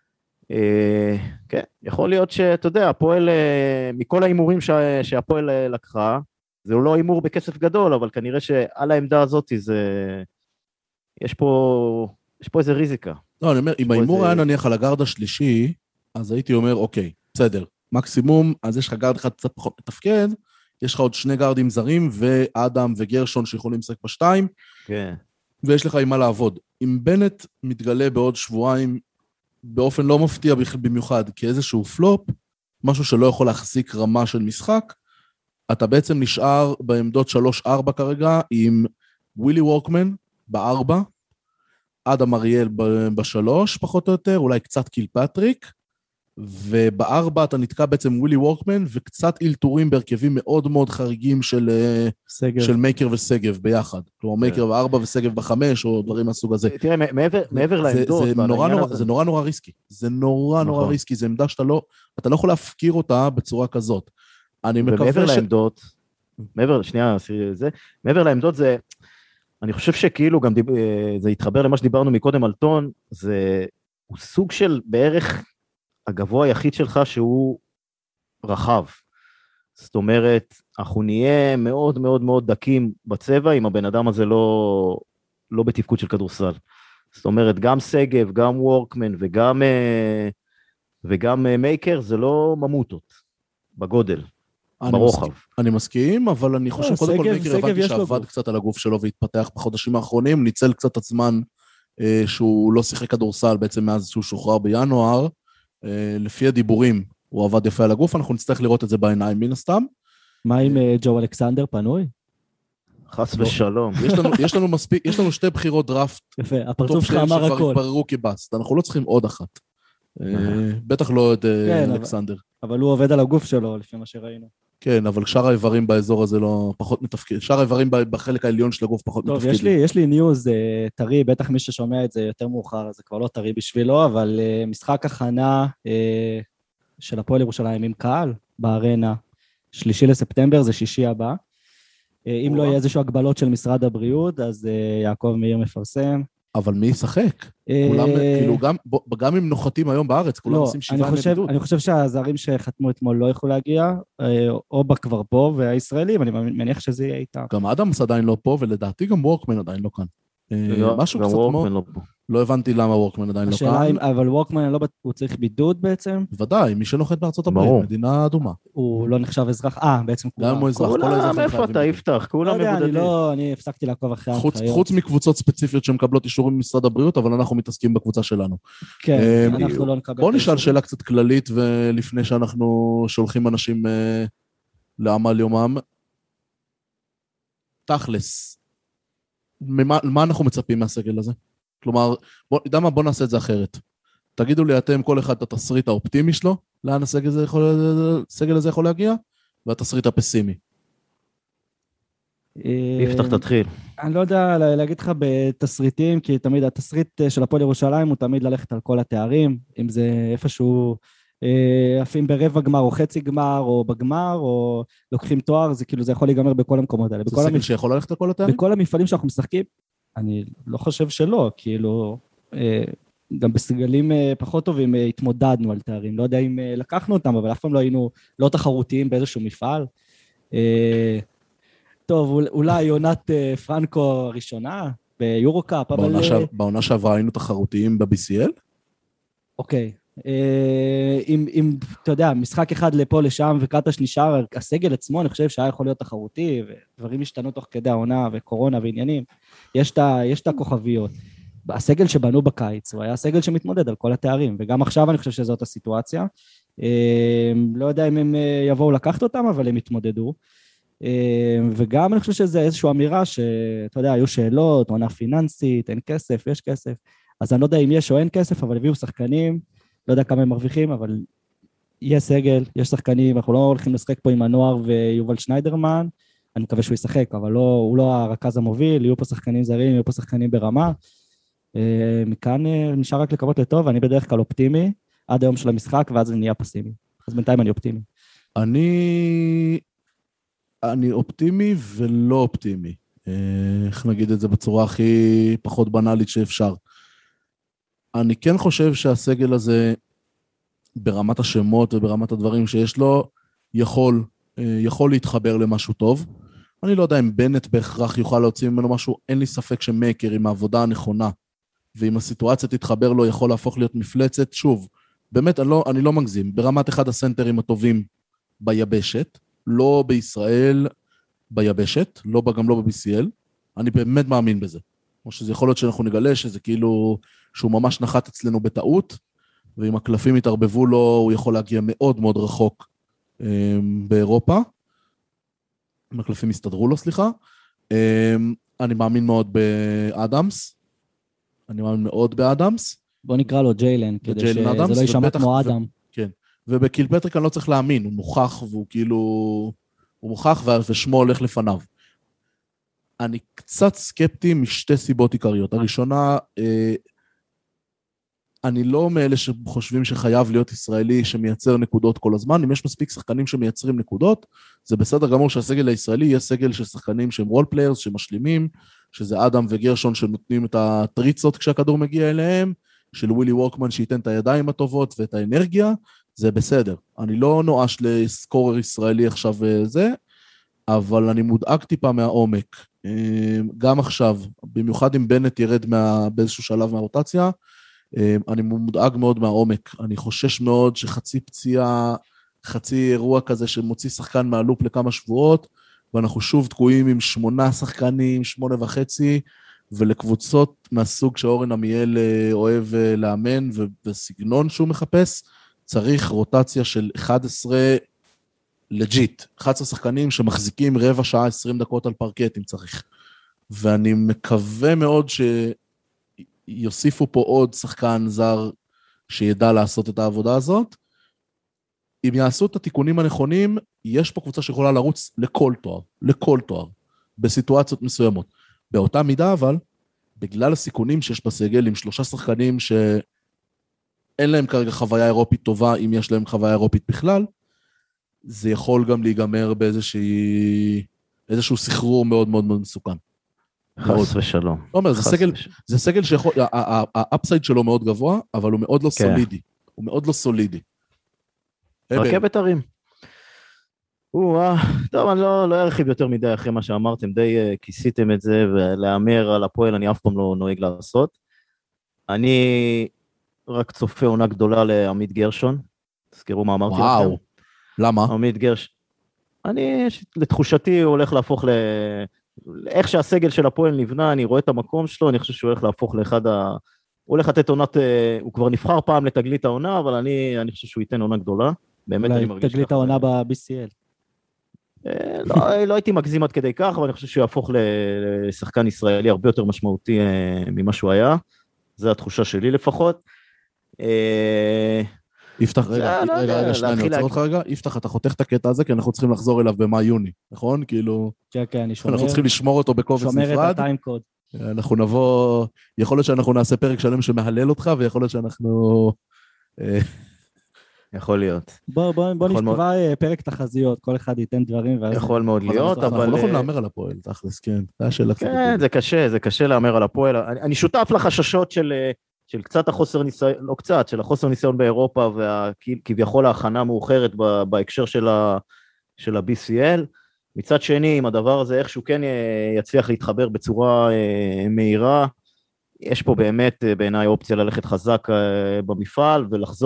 Speaker 1: כן, יכול להיות שאתה יודע, הפועל, מכל האימורים שהפועל לקחה, זה לא אימור בכסף גדול, אבל כנראה שעל העמדה הזאת יש פה איזה ריזיקה.
Speaker 5: לא, אני אומר, אם האימור היה נניח על הגארד השלישי, אז הייתי אומר, אוקיי, בסדר, מקסימום, אז יש לך גארד אחד קצת פחות מתפקד, יש לך עוד שני גארדים זרים, ואדם וגרשון שיכולים לשחק בשתיים,
Speaker 1: כן.
Speaker 5: ויש לך עם מה לעבוד. אם בנט מתגלה בעוד שבועיים, באופן לא מפתיע במיוחד, כאיזשהו פלופ, משהו שלא יכול להחזיק רמה של משחק, אתה בעצם נשאר בעמדות 3-4 כרגע, עם ווילי וורקמן ב-4, אדם אריאל ב-3 פחות או יותר, אולי קצת קילפטריק, וב-4 אתה נתקע בעצם ווילי וורקמן, וקצת אילתורים בהרכבים מאוד מאוד חריגים של מייקר וסגב ביחד. כלומר, מייקר ב-4 וסגב ב-5, או דברים מהסוג הזה.
Speaker 1: תראה, מעבר לעמדות,
Speaker 5: זה נורא ריסקי. זה נורא ריסקי, זה עמדה שאתה לא יכול להפקיר אותה בצורה כזאת. אני מקווה
Speaker 1: ומעבר לעמדות, מעבר לעמדות זה, אני חושב שכאילו גם זה התחבר למה שדיברנו מקודם על טון, הוא סוג של בערך הגבוה היחיד שלך שהוא רחב. זאת אומרת, אנחנו נהיה מאוד מאוד מאוד דקים בצבע, אם הבן אדם הזה לא בתפקוד של כדורסל. זאת אומרת, גם סגב, גם וורקמן וגם מייקר, זה לא ממוטות בגודל. ברוחב.
Speaker 5: אני מסכים, אבל אני חושב קודם כל מייקר הבנתי שעבד קצת על הגוף שלו והתפתח בחודשים האחרונים, ניצל קצת הזמן שהוא לא שיחק כדורסל בעצם מאז שהוא שוחרר בינואר, לפי הדיבורים הוא עבד יפה על הגוף, אנחנו נצטרך לראות את זה בעיניים מן הסתם.
Speaker 6: מה עם ג'ו אלכסנדר פנוי?
Speaker 1: חס ושלום.
Speaker 5: יש לנו שתי בחירות דראפט.
Speaker 6: יפה, הפרצוף שלך אמר הכל.
Speaker 5: שכבר התבררו כבאסט, אנחנו לא צריכים עוד אחת. בטח לא את אלכסנדר.
Speaker 6: אבל הוא עובד על הגוף שלו, לפי מה שראינו.
Speaker 5: כן, אבל שאר האיברים באזור הזה לא פחות מתפקיד. שאר האיברים בחלק העליון של הגוף פחות מתפקיד.
Speaker 6: טוב, יש לי ניוז טרי, בטח מי ששומע את זה יותר מאוחר, זה כבר לא טרי בשבילו, אבל משחק הכנה של הפועל ירושלים עם קהל בארנה, 3 לספטמבר, זה 6 הבא. אם לא יהיה איזשהו הגבלות של משרד הבריאות, אז יעקב מאיר מפרסם.
Speaker 5: אבל מי ישחק? כולם, כאילו, גם אם נוחתים היום בארץ, כולם עושים 7 ימי בידוד.
Speaker 6: אני חושב שהזרים שחתמו אתמול לא יכולו להגיע, או כבר פה, והישראלים, אני מניח שזה יהיה איתם.
Speaker 5: גם אדמס עדיין לא פה, ולדעתי גם וורקמן עדיין לא כאן. משהו קצת כמו... לא הבנתי למה וורקמן עדיין לא כאן.
Speaker 6: אבל וורקמן הוא צריך בידוד בעצם?
Speaker 5: ודאי, מי שנוחת בארצות הברית, מדינה אדומה.
Speaker 6: הוא לא נחשב אזרח, בעצם כולם.
Speaker 5: גם הוא אזרח, כל האזרחים
Speaker 1: איפה אתה יפתח? כולם מבודדים.
Speaker 6: אני הפסקתי לעקוב אחרי ההנחיות.
Speaker 5: חוץ מקבוצות ספציפיות שמקבלות אישורים ממשרד הבריאות, אבל אנחנו מתעסקים בקבוצה שלנו.
Speaker 6: כן, אנחנו לא נקבל.
Speaker 5: בוא נשאל שאלה קצת כללית, ולפני שאנחנו שולחים אנשים לעמל יומם. תכלס, מה אנחנו מצפים מהסגל הזה? כלומר, בוא נעשה את זה אחרת. תגידו לי אתם כל אחד את התסריט האופטימי שלו, לאן הסגל הזה יכול להגיע, והתסריט הפסימי.
Speaker 1: יפתח תתחיל.
Speaker 6: אני לא יודע להגיד לך בתסריטים, כי תמיד התסריט של הפועל ירושלים הוא תמיד ללכת על כל התארים, אם זה איפשהו אפילו ברבע גמר או חצי גמר או בגמר או לוקחים תואר, זה כאילו זה יכול להיגמר בכל המקומות האלה.
Speaker 5: זה סגל שיכול ללכת לכל התארים?
Speaker 6: בכל המפעלים שאנחנו משחקים, אני לא חושב שלא, כאילו, גם בסגלים פחות טובים התמודדנו על תארים, לא יודע אם לקחנו אותם, אבל אף פעם לא היינו לא תחרותיים באיזשהו מפעל. טוב, אולי עונת פרנקו הראשונה, ביורוקאפ, אבל...
Speaker 5: בעונה שעברה היינו תחרותיים ב-BCL?
Speaker 6: אוקיי. אם, אתה יודע, משחק אחד לפה לשם וקטש נשאר, הסגל עצמו, אני חושב שהיה יכול להיות תחרותי, ודברים השתנו תוך כדי העונה וקורונה ועניינים. יש את הכוכביות. הסגל שבנו בקיץ, הוא היה סגל שמתמודד על כל התארים, וגם עכשיו אני חושב שזאת הסיטואציה. לא יודע אם הם יבואו לקחת אותם, אבל הם התמודדו. וגם אני חושב שזה איזושהי אמירה שאתה יודע, היו שאלות, עונה פיננסית, אין כסף, יש כסף. אז אני לא יודע אם יש או אין כסף, אבל הביאו שחקנים, לא יודע כמה הם מרוויחים, אבל יש סגל, יש שחקנים, אנחנו לא הולכים לשחק פה עם הנוער ויובל שניידרמן, אני מקווה שהוא ישחק, אבל הוא לא הרכז המוביל, יהיו פה שחקנים זרים, יהיו פה שחקנים ברמה. מכאן נשאר רק לקוות לטוב, אני בדרך כלל אופטימי, עד היום של המשחק, ואז אני נהיה פסימי. אז בינתיים אני אופטימי.
Speaker 5: אני אופטימי ולא אופטימי. איך נגיד את זה בצורה הכי פחות בנאלית שאפשר. אני כן חושב שהסגל הזה, ברמת השמות וברמת הדברים שיש לו, יכול להתחבר למשהו טוב. אני לא יודע אם בנט בהכרח יוכל להוציא ממנו משהו, אין לי ספק שמקר עם העבודה הנכונה, ואם הסיטואציה תתחבר לו, יכול להפוך להיות מפלצת. שוב, באמת, אני לא מגזים. ברמת אחד הסנטרים הטובים ביבשת, לא בישראל ביבשת, גם לא ב-BCL, אני באמת מאמין בזה. או שזה יכול להיות שאנחנו נגלה שזה כאילו, שהוא ממש נחת אצלנו בטעות, ואם הקלפים יתערבבו לו, הוא יכול להגיע מאוד מאוד רחוק באירופה. אם הקלפים יסתדרו לו, סליחה. אני מאמין מאוד באדמס.
Speaker 6: בוא נקרא לו ג'יילן, כדי שזה לא יישמע כמו אדם.
Speaker 5: כן. ובקילפטריק אני לא צריך להאמין, הוא מוכח, והוא כאילו, הוא מוכח ושמו הולך לפניו. אני קצת סקפטי משתי סיבות עיקריות. הראשונה, אני לא מאלה שחושבים שחייב להיות ישראלי שמייצר נקודות כל הזמן. אם יש מספיק שחקנים שמייצרים נקודות, זה בסדר גמור שהסגל הישראלי יהיה סגל של שחקנים שהם רול פליירס, שמשלימים, שזה אדם וגרשון שנותנים את הטריצות כשהכדור מגיע אליהם, של ווילי וורקמן שייתן את הידיים הטובות ואת האנרגיה, זה בסדר. אני לא נואש לסקורר ישראלי עכשיו זה, אבל אני מודאג טיפה מהעומק. גם עכשיו, במיוחד אם בנט ירד באיזשהו שלב מהרוטציה, אני מודאג מאוד מהעומק. אני חושש מאוד שחצי פציעה, חצי אירוע כזה שמוציא שחקן מהלופ לכמה שבועות, ואנחנו שוב תקועים עם 8 שחקנים, 8.5, ולקבוצות מהסוג שאורן עמיאל אוהב לאמן, ובסגנון שהוא מחפש, צריך רוטציה של 11 לג'יט, 11 שחקנים שמחזיקים רבע שעה, 20 דקות על פרקט אם צריך. ואני מקווה מאוד שיוסיפו פה עוד שחקן זר שידע לעשות את העבודה הזאת. אם יעשו את התיקונים הנכונים, יש פה קבוצה שיכולה לרוץ לכל תואר, בסיטואציות מסוימות. באותה מידה אבל, בגלל הסיכונים שיש בסגל עם 3 שחקנים שאין להם כרגע חוויה אירופית טובה, אם יש להם חוויה אירופית בכלל, זה יכול גם להיגמר באיזשהו סחרור מאוד מאוד מאוד מסוכן.
Speaker 1: חס ושלום.
Speaker 5: לא אומר, זה סגל שיכול, האפסייד שלו מאוד גבוה, אבל הוא מאוד לא סולידי. הוא מאוד לא סולידי.
Speaker 1: רכבת הרים. טוב, אני לא ארחיב יותר מדי אחרי מה שאמרתם, די כיסיתם את זה, ולאמר על הפועל אני אף פעם לא נוהג לעשות. אני רק צופה עונה גדולה לעמית גרשון, תזכרו מה אמרתי לכם.
Speaker 5: וואו, למה?
Speaker 1: עמית גרשון, לתחושתי הוא הולך להפוך איך שהסגל של הפועל נבנה, אני רואה את המקום שלו, אני חושב שהוא הולך להפוך לאחד הוא הולך לתת עונת, הוא כבר נבחר פעם לתגלית העונה, אבל אני חושב שהוא ייתן עונה גדולה, באמת אני מרגיש ככה.
Speaker 6: תגלית העונה ב-BCL.
Speaker 1: לא הייתי מגזים עד כדי כך, אבל אני חושב שהוא יהפוך לשחקן ישראלי הרבה יותר משמעותי ממה שהוא היה, זו התחושה שלי לפחות.
Speaker 5: יפתח, רגע, אני עוצר אותך רגע, יפתח, אתה חותך את הקטע הזה, כי אנחנו צריכים לחזור אליו במאי-יוני, נכון? כאילו,
Speaker 6: כן, אני שומר.
Speaker 5: אנחנו צריכים לשמור אותו בקובץ נפרד.
Speaker 6: שומר את הטיימקוד.
Speaker 5: אנחנו נבוא, יכול להיות שאנחנו נעשה פרק שלם שמהלל אותך, ויכול להיות שאנחנו
Speaker 1: יכול להיות.
Speaker 6: בוא נשכבה פרק תחזיות, כל אחד ייתן דברים.
Speaker 1: יכול מאוד להיות, אבל...
Speaker 5: אנחנו לא יכולים לאמר על הפועל, תכלס, כן.
Speaker 1: כן, זה קשה לאמר על הפועל. אני שותף לחששות של קצת החוסר ניסיון, לא קצת, של החוסר ניסיון באירופה, וכביכול ההכנה מאוחרת בהקשר של ה-BCL. מצד שני, אם הדבר הזה איכשהו כן יצליח להתחבר בצורה מהירה, יש פה באמת בעיניי אופציה ללכת חזק במפעל,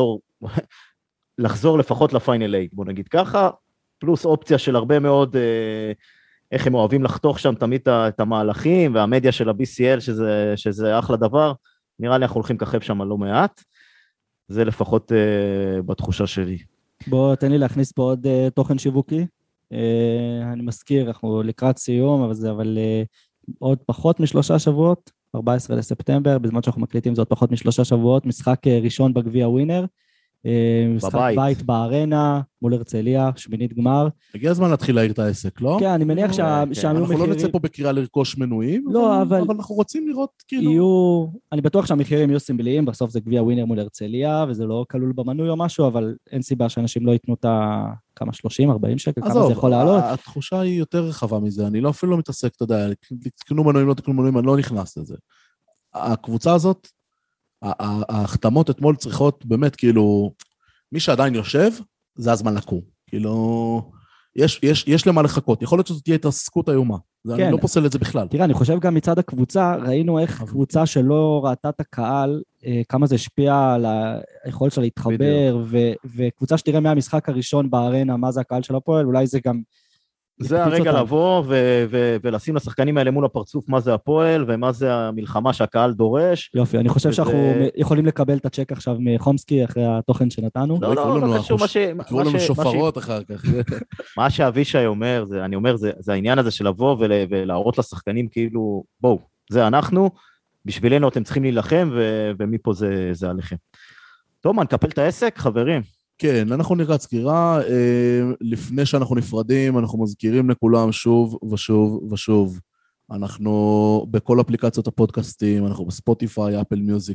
Speaker 1: לחזור לפחות לפיינל 8, בוא נגיד ככה, פלוס אופציה של הרבה מאוד, איך הם אוהבים לחתוך שם תמיד את המהלכים, והמדיה של ה-BCL, שזה אחלה דבר, נראה לי אנחנו הולכים כחב שם לא מעט, זה לפחות בתחושה שלי.
Speaker 6: בוא, תן לי להכניס פה עוד תוכן שיווקי, אני מזכיר, אנחנו לקראת סיום, אבל עוד פחות מ3 שבועות, 14 לספטמבר, בזמן שאנחנו מקליטים זה עוד פחות מ3 שבועות, משחק ראשון בגביע ווינר, משחק בית בארנה, מול הרצליה, 8 גמר.
Speaker 5: הגיע הזמן להתחיל להעיר את העסק, לא?
Speaker 6: כן, אני מניח שהיו מחירים...
Speaker 5: אנחנו לא נצא פה בקריאה לרכוש מנויים, אבל אנחנו רוצים לראות
Speaker 6: כאילו... אני בטוח שהמחירים יהיו סמליים, בסוף זה גביע ווינר מול הרצליה, וזה לא כלול במנוי או משהו, אבל אין סיבה שאנשים לא ייתנו את כמה 30, 40 שקל, כמה זה יכול לעלות.
Speaker 5: התחושה היא יותר רחבה מזה, אני אפילו לא מתעסק, אתה יודע, תקנו מנויים, לא תקנו מנויים, אני לא נכנס לזה. הקבוצה הזאת, ההחתמות אתמול צריכות באמת, כאילו, מי שעדיין יושב, זה הזמן לקום. כאילו, יש למה לחכות. יכול להיות שזאת תהיה התעסקות איומה. אני לא פוסל את זה בכלל.
Speaker 6: תראה, אני חושב גם מצד הקבוצה, ראינו איך קבוצה שלא ראתה את הקהל, כמה זה השפיע על היכולת שלה להתחבר, וקבוצה שתראה מהמשחק הראשון בארנה, מה זה הקהל של הפועל, אולי זה גם...
Speaker 1: זה הרגע לבוא ולשים לשחקנים האלה מול הפרצוף מה זה הפועל ומה זה המלחמה שהקהל דורש.
Speaker 6: יופי, אני חושב שאנחנו יכולים לקבל את הצ'ק עכשיו מחומסקי אחרי התוכן שנתנו.
Speaker 5: לא קשור, קראו לנו שופרות אחר כך.
Speaker 1: מה שאבישי אומר, אני אומר, זה העניין הזה של לבוא ולהראות לשחקנים כאילו, בואו, זה אנחנו, בשבילנו אתם צריכים להילחם ומפה זה עליכם. טוב, נקפל את העסק, חברים.
Speaker 5: כן, אנחנו נראה סקירה, לפני שאנחנו נפרדים, אנחנו מזכירים לכולם שוב ושוב ושוב, אנחנו בכל אפליקציות הפודקאסטים, אנחנו בספוטיפיי, אפל מיוזיק,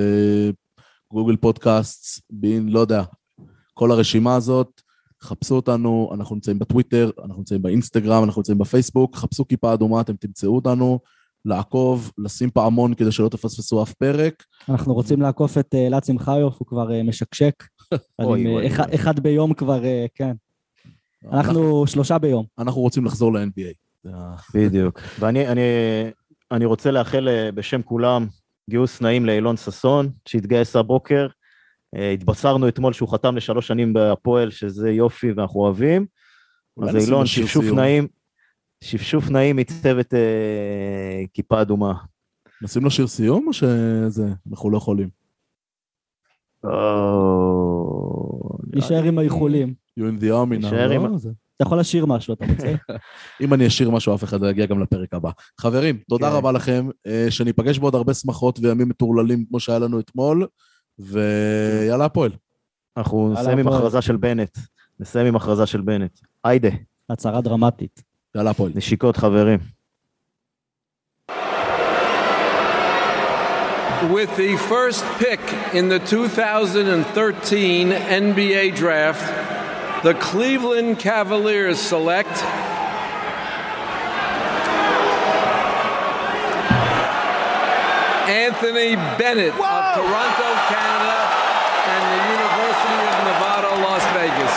Speaker 5: גוגל פודקאסט, בין, לא יודע, כל הרשימה הזאת, חפשו אותנו, אנחנו נמצאים בטוויטר, אנחנו נמצאים באינסטגרם, אנחנו נמצאים בפייסבוק, חפשו כיפה אדומה, אתם תמצאו אותנו, לעקוב, לשים פעמון כדי שלא תפספסו אף פרק.
Speaker 6: אנחנו רוצים לעקוף את אלעד שמחיוף, הוא כבר משקשק. אחד ביום כבר, כן. אנחנו 3 ביום.
Speaker 5: אנחנו רוצים לחזור ל-NBA.
Speaker 1: בדיוק. ואני רוצה לאחל בשם כולם גיוס נעים לאילון ססון, שהתגייס הבוקר. התבשרנו אתמול שהוא חתם ל3 שנים בהפועל, שזה יופי ואנחנו אוהבים. אז אילון, שפשוף נעים מצוות כיפה אדומה.
Speaker 5: נשים לו שיר סיום או שזה, אנחנו לא יכולים?
Speaker 6: נשאר עם האיחולים.
Speaker 5: You in the army now.
Speaker 6: אתה יכול לשיר משהו, אתה רוצה?
Speaker 5: אם אני אשיר משהו, אף אחד לא יגיע גם לפרק הבא. חברים, תודה רבה לכם, שניפגש בעוד הרבה שמחות וימים מטורללים כמו שהיה לנו אתמול, ויאללה הפועל.
Speaker 1: אנחנו נסיים עם הכרזה של בנט. היידה.
Speaker 6: הצהרה דרמטית.
Speaker 5: יאללה הפועל.
Speaker 1: נשיקות חברים.
Speaker 7: With the first pick in the 2013 NBA draft, the Cleveland Cavaliers select Anthony Bennett of Toronto, Canada, and the University of Nevada, Las Vegas.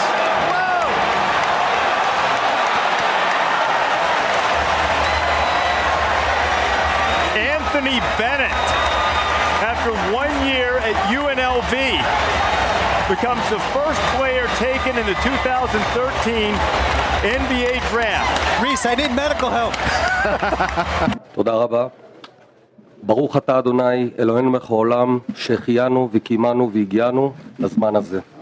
Speaker 8: Anthony Bennett, after 1 year at UNLV, becomes the first player taken in the 2013 NBA draft.
Speaker 3: Reese, I need medical help.
Speaker 9: תודה רבה. ברוך אתה אדוני אלוהינו מלך העולם שהחיינו וקיימנו והגיענו לזמן הזה.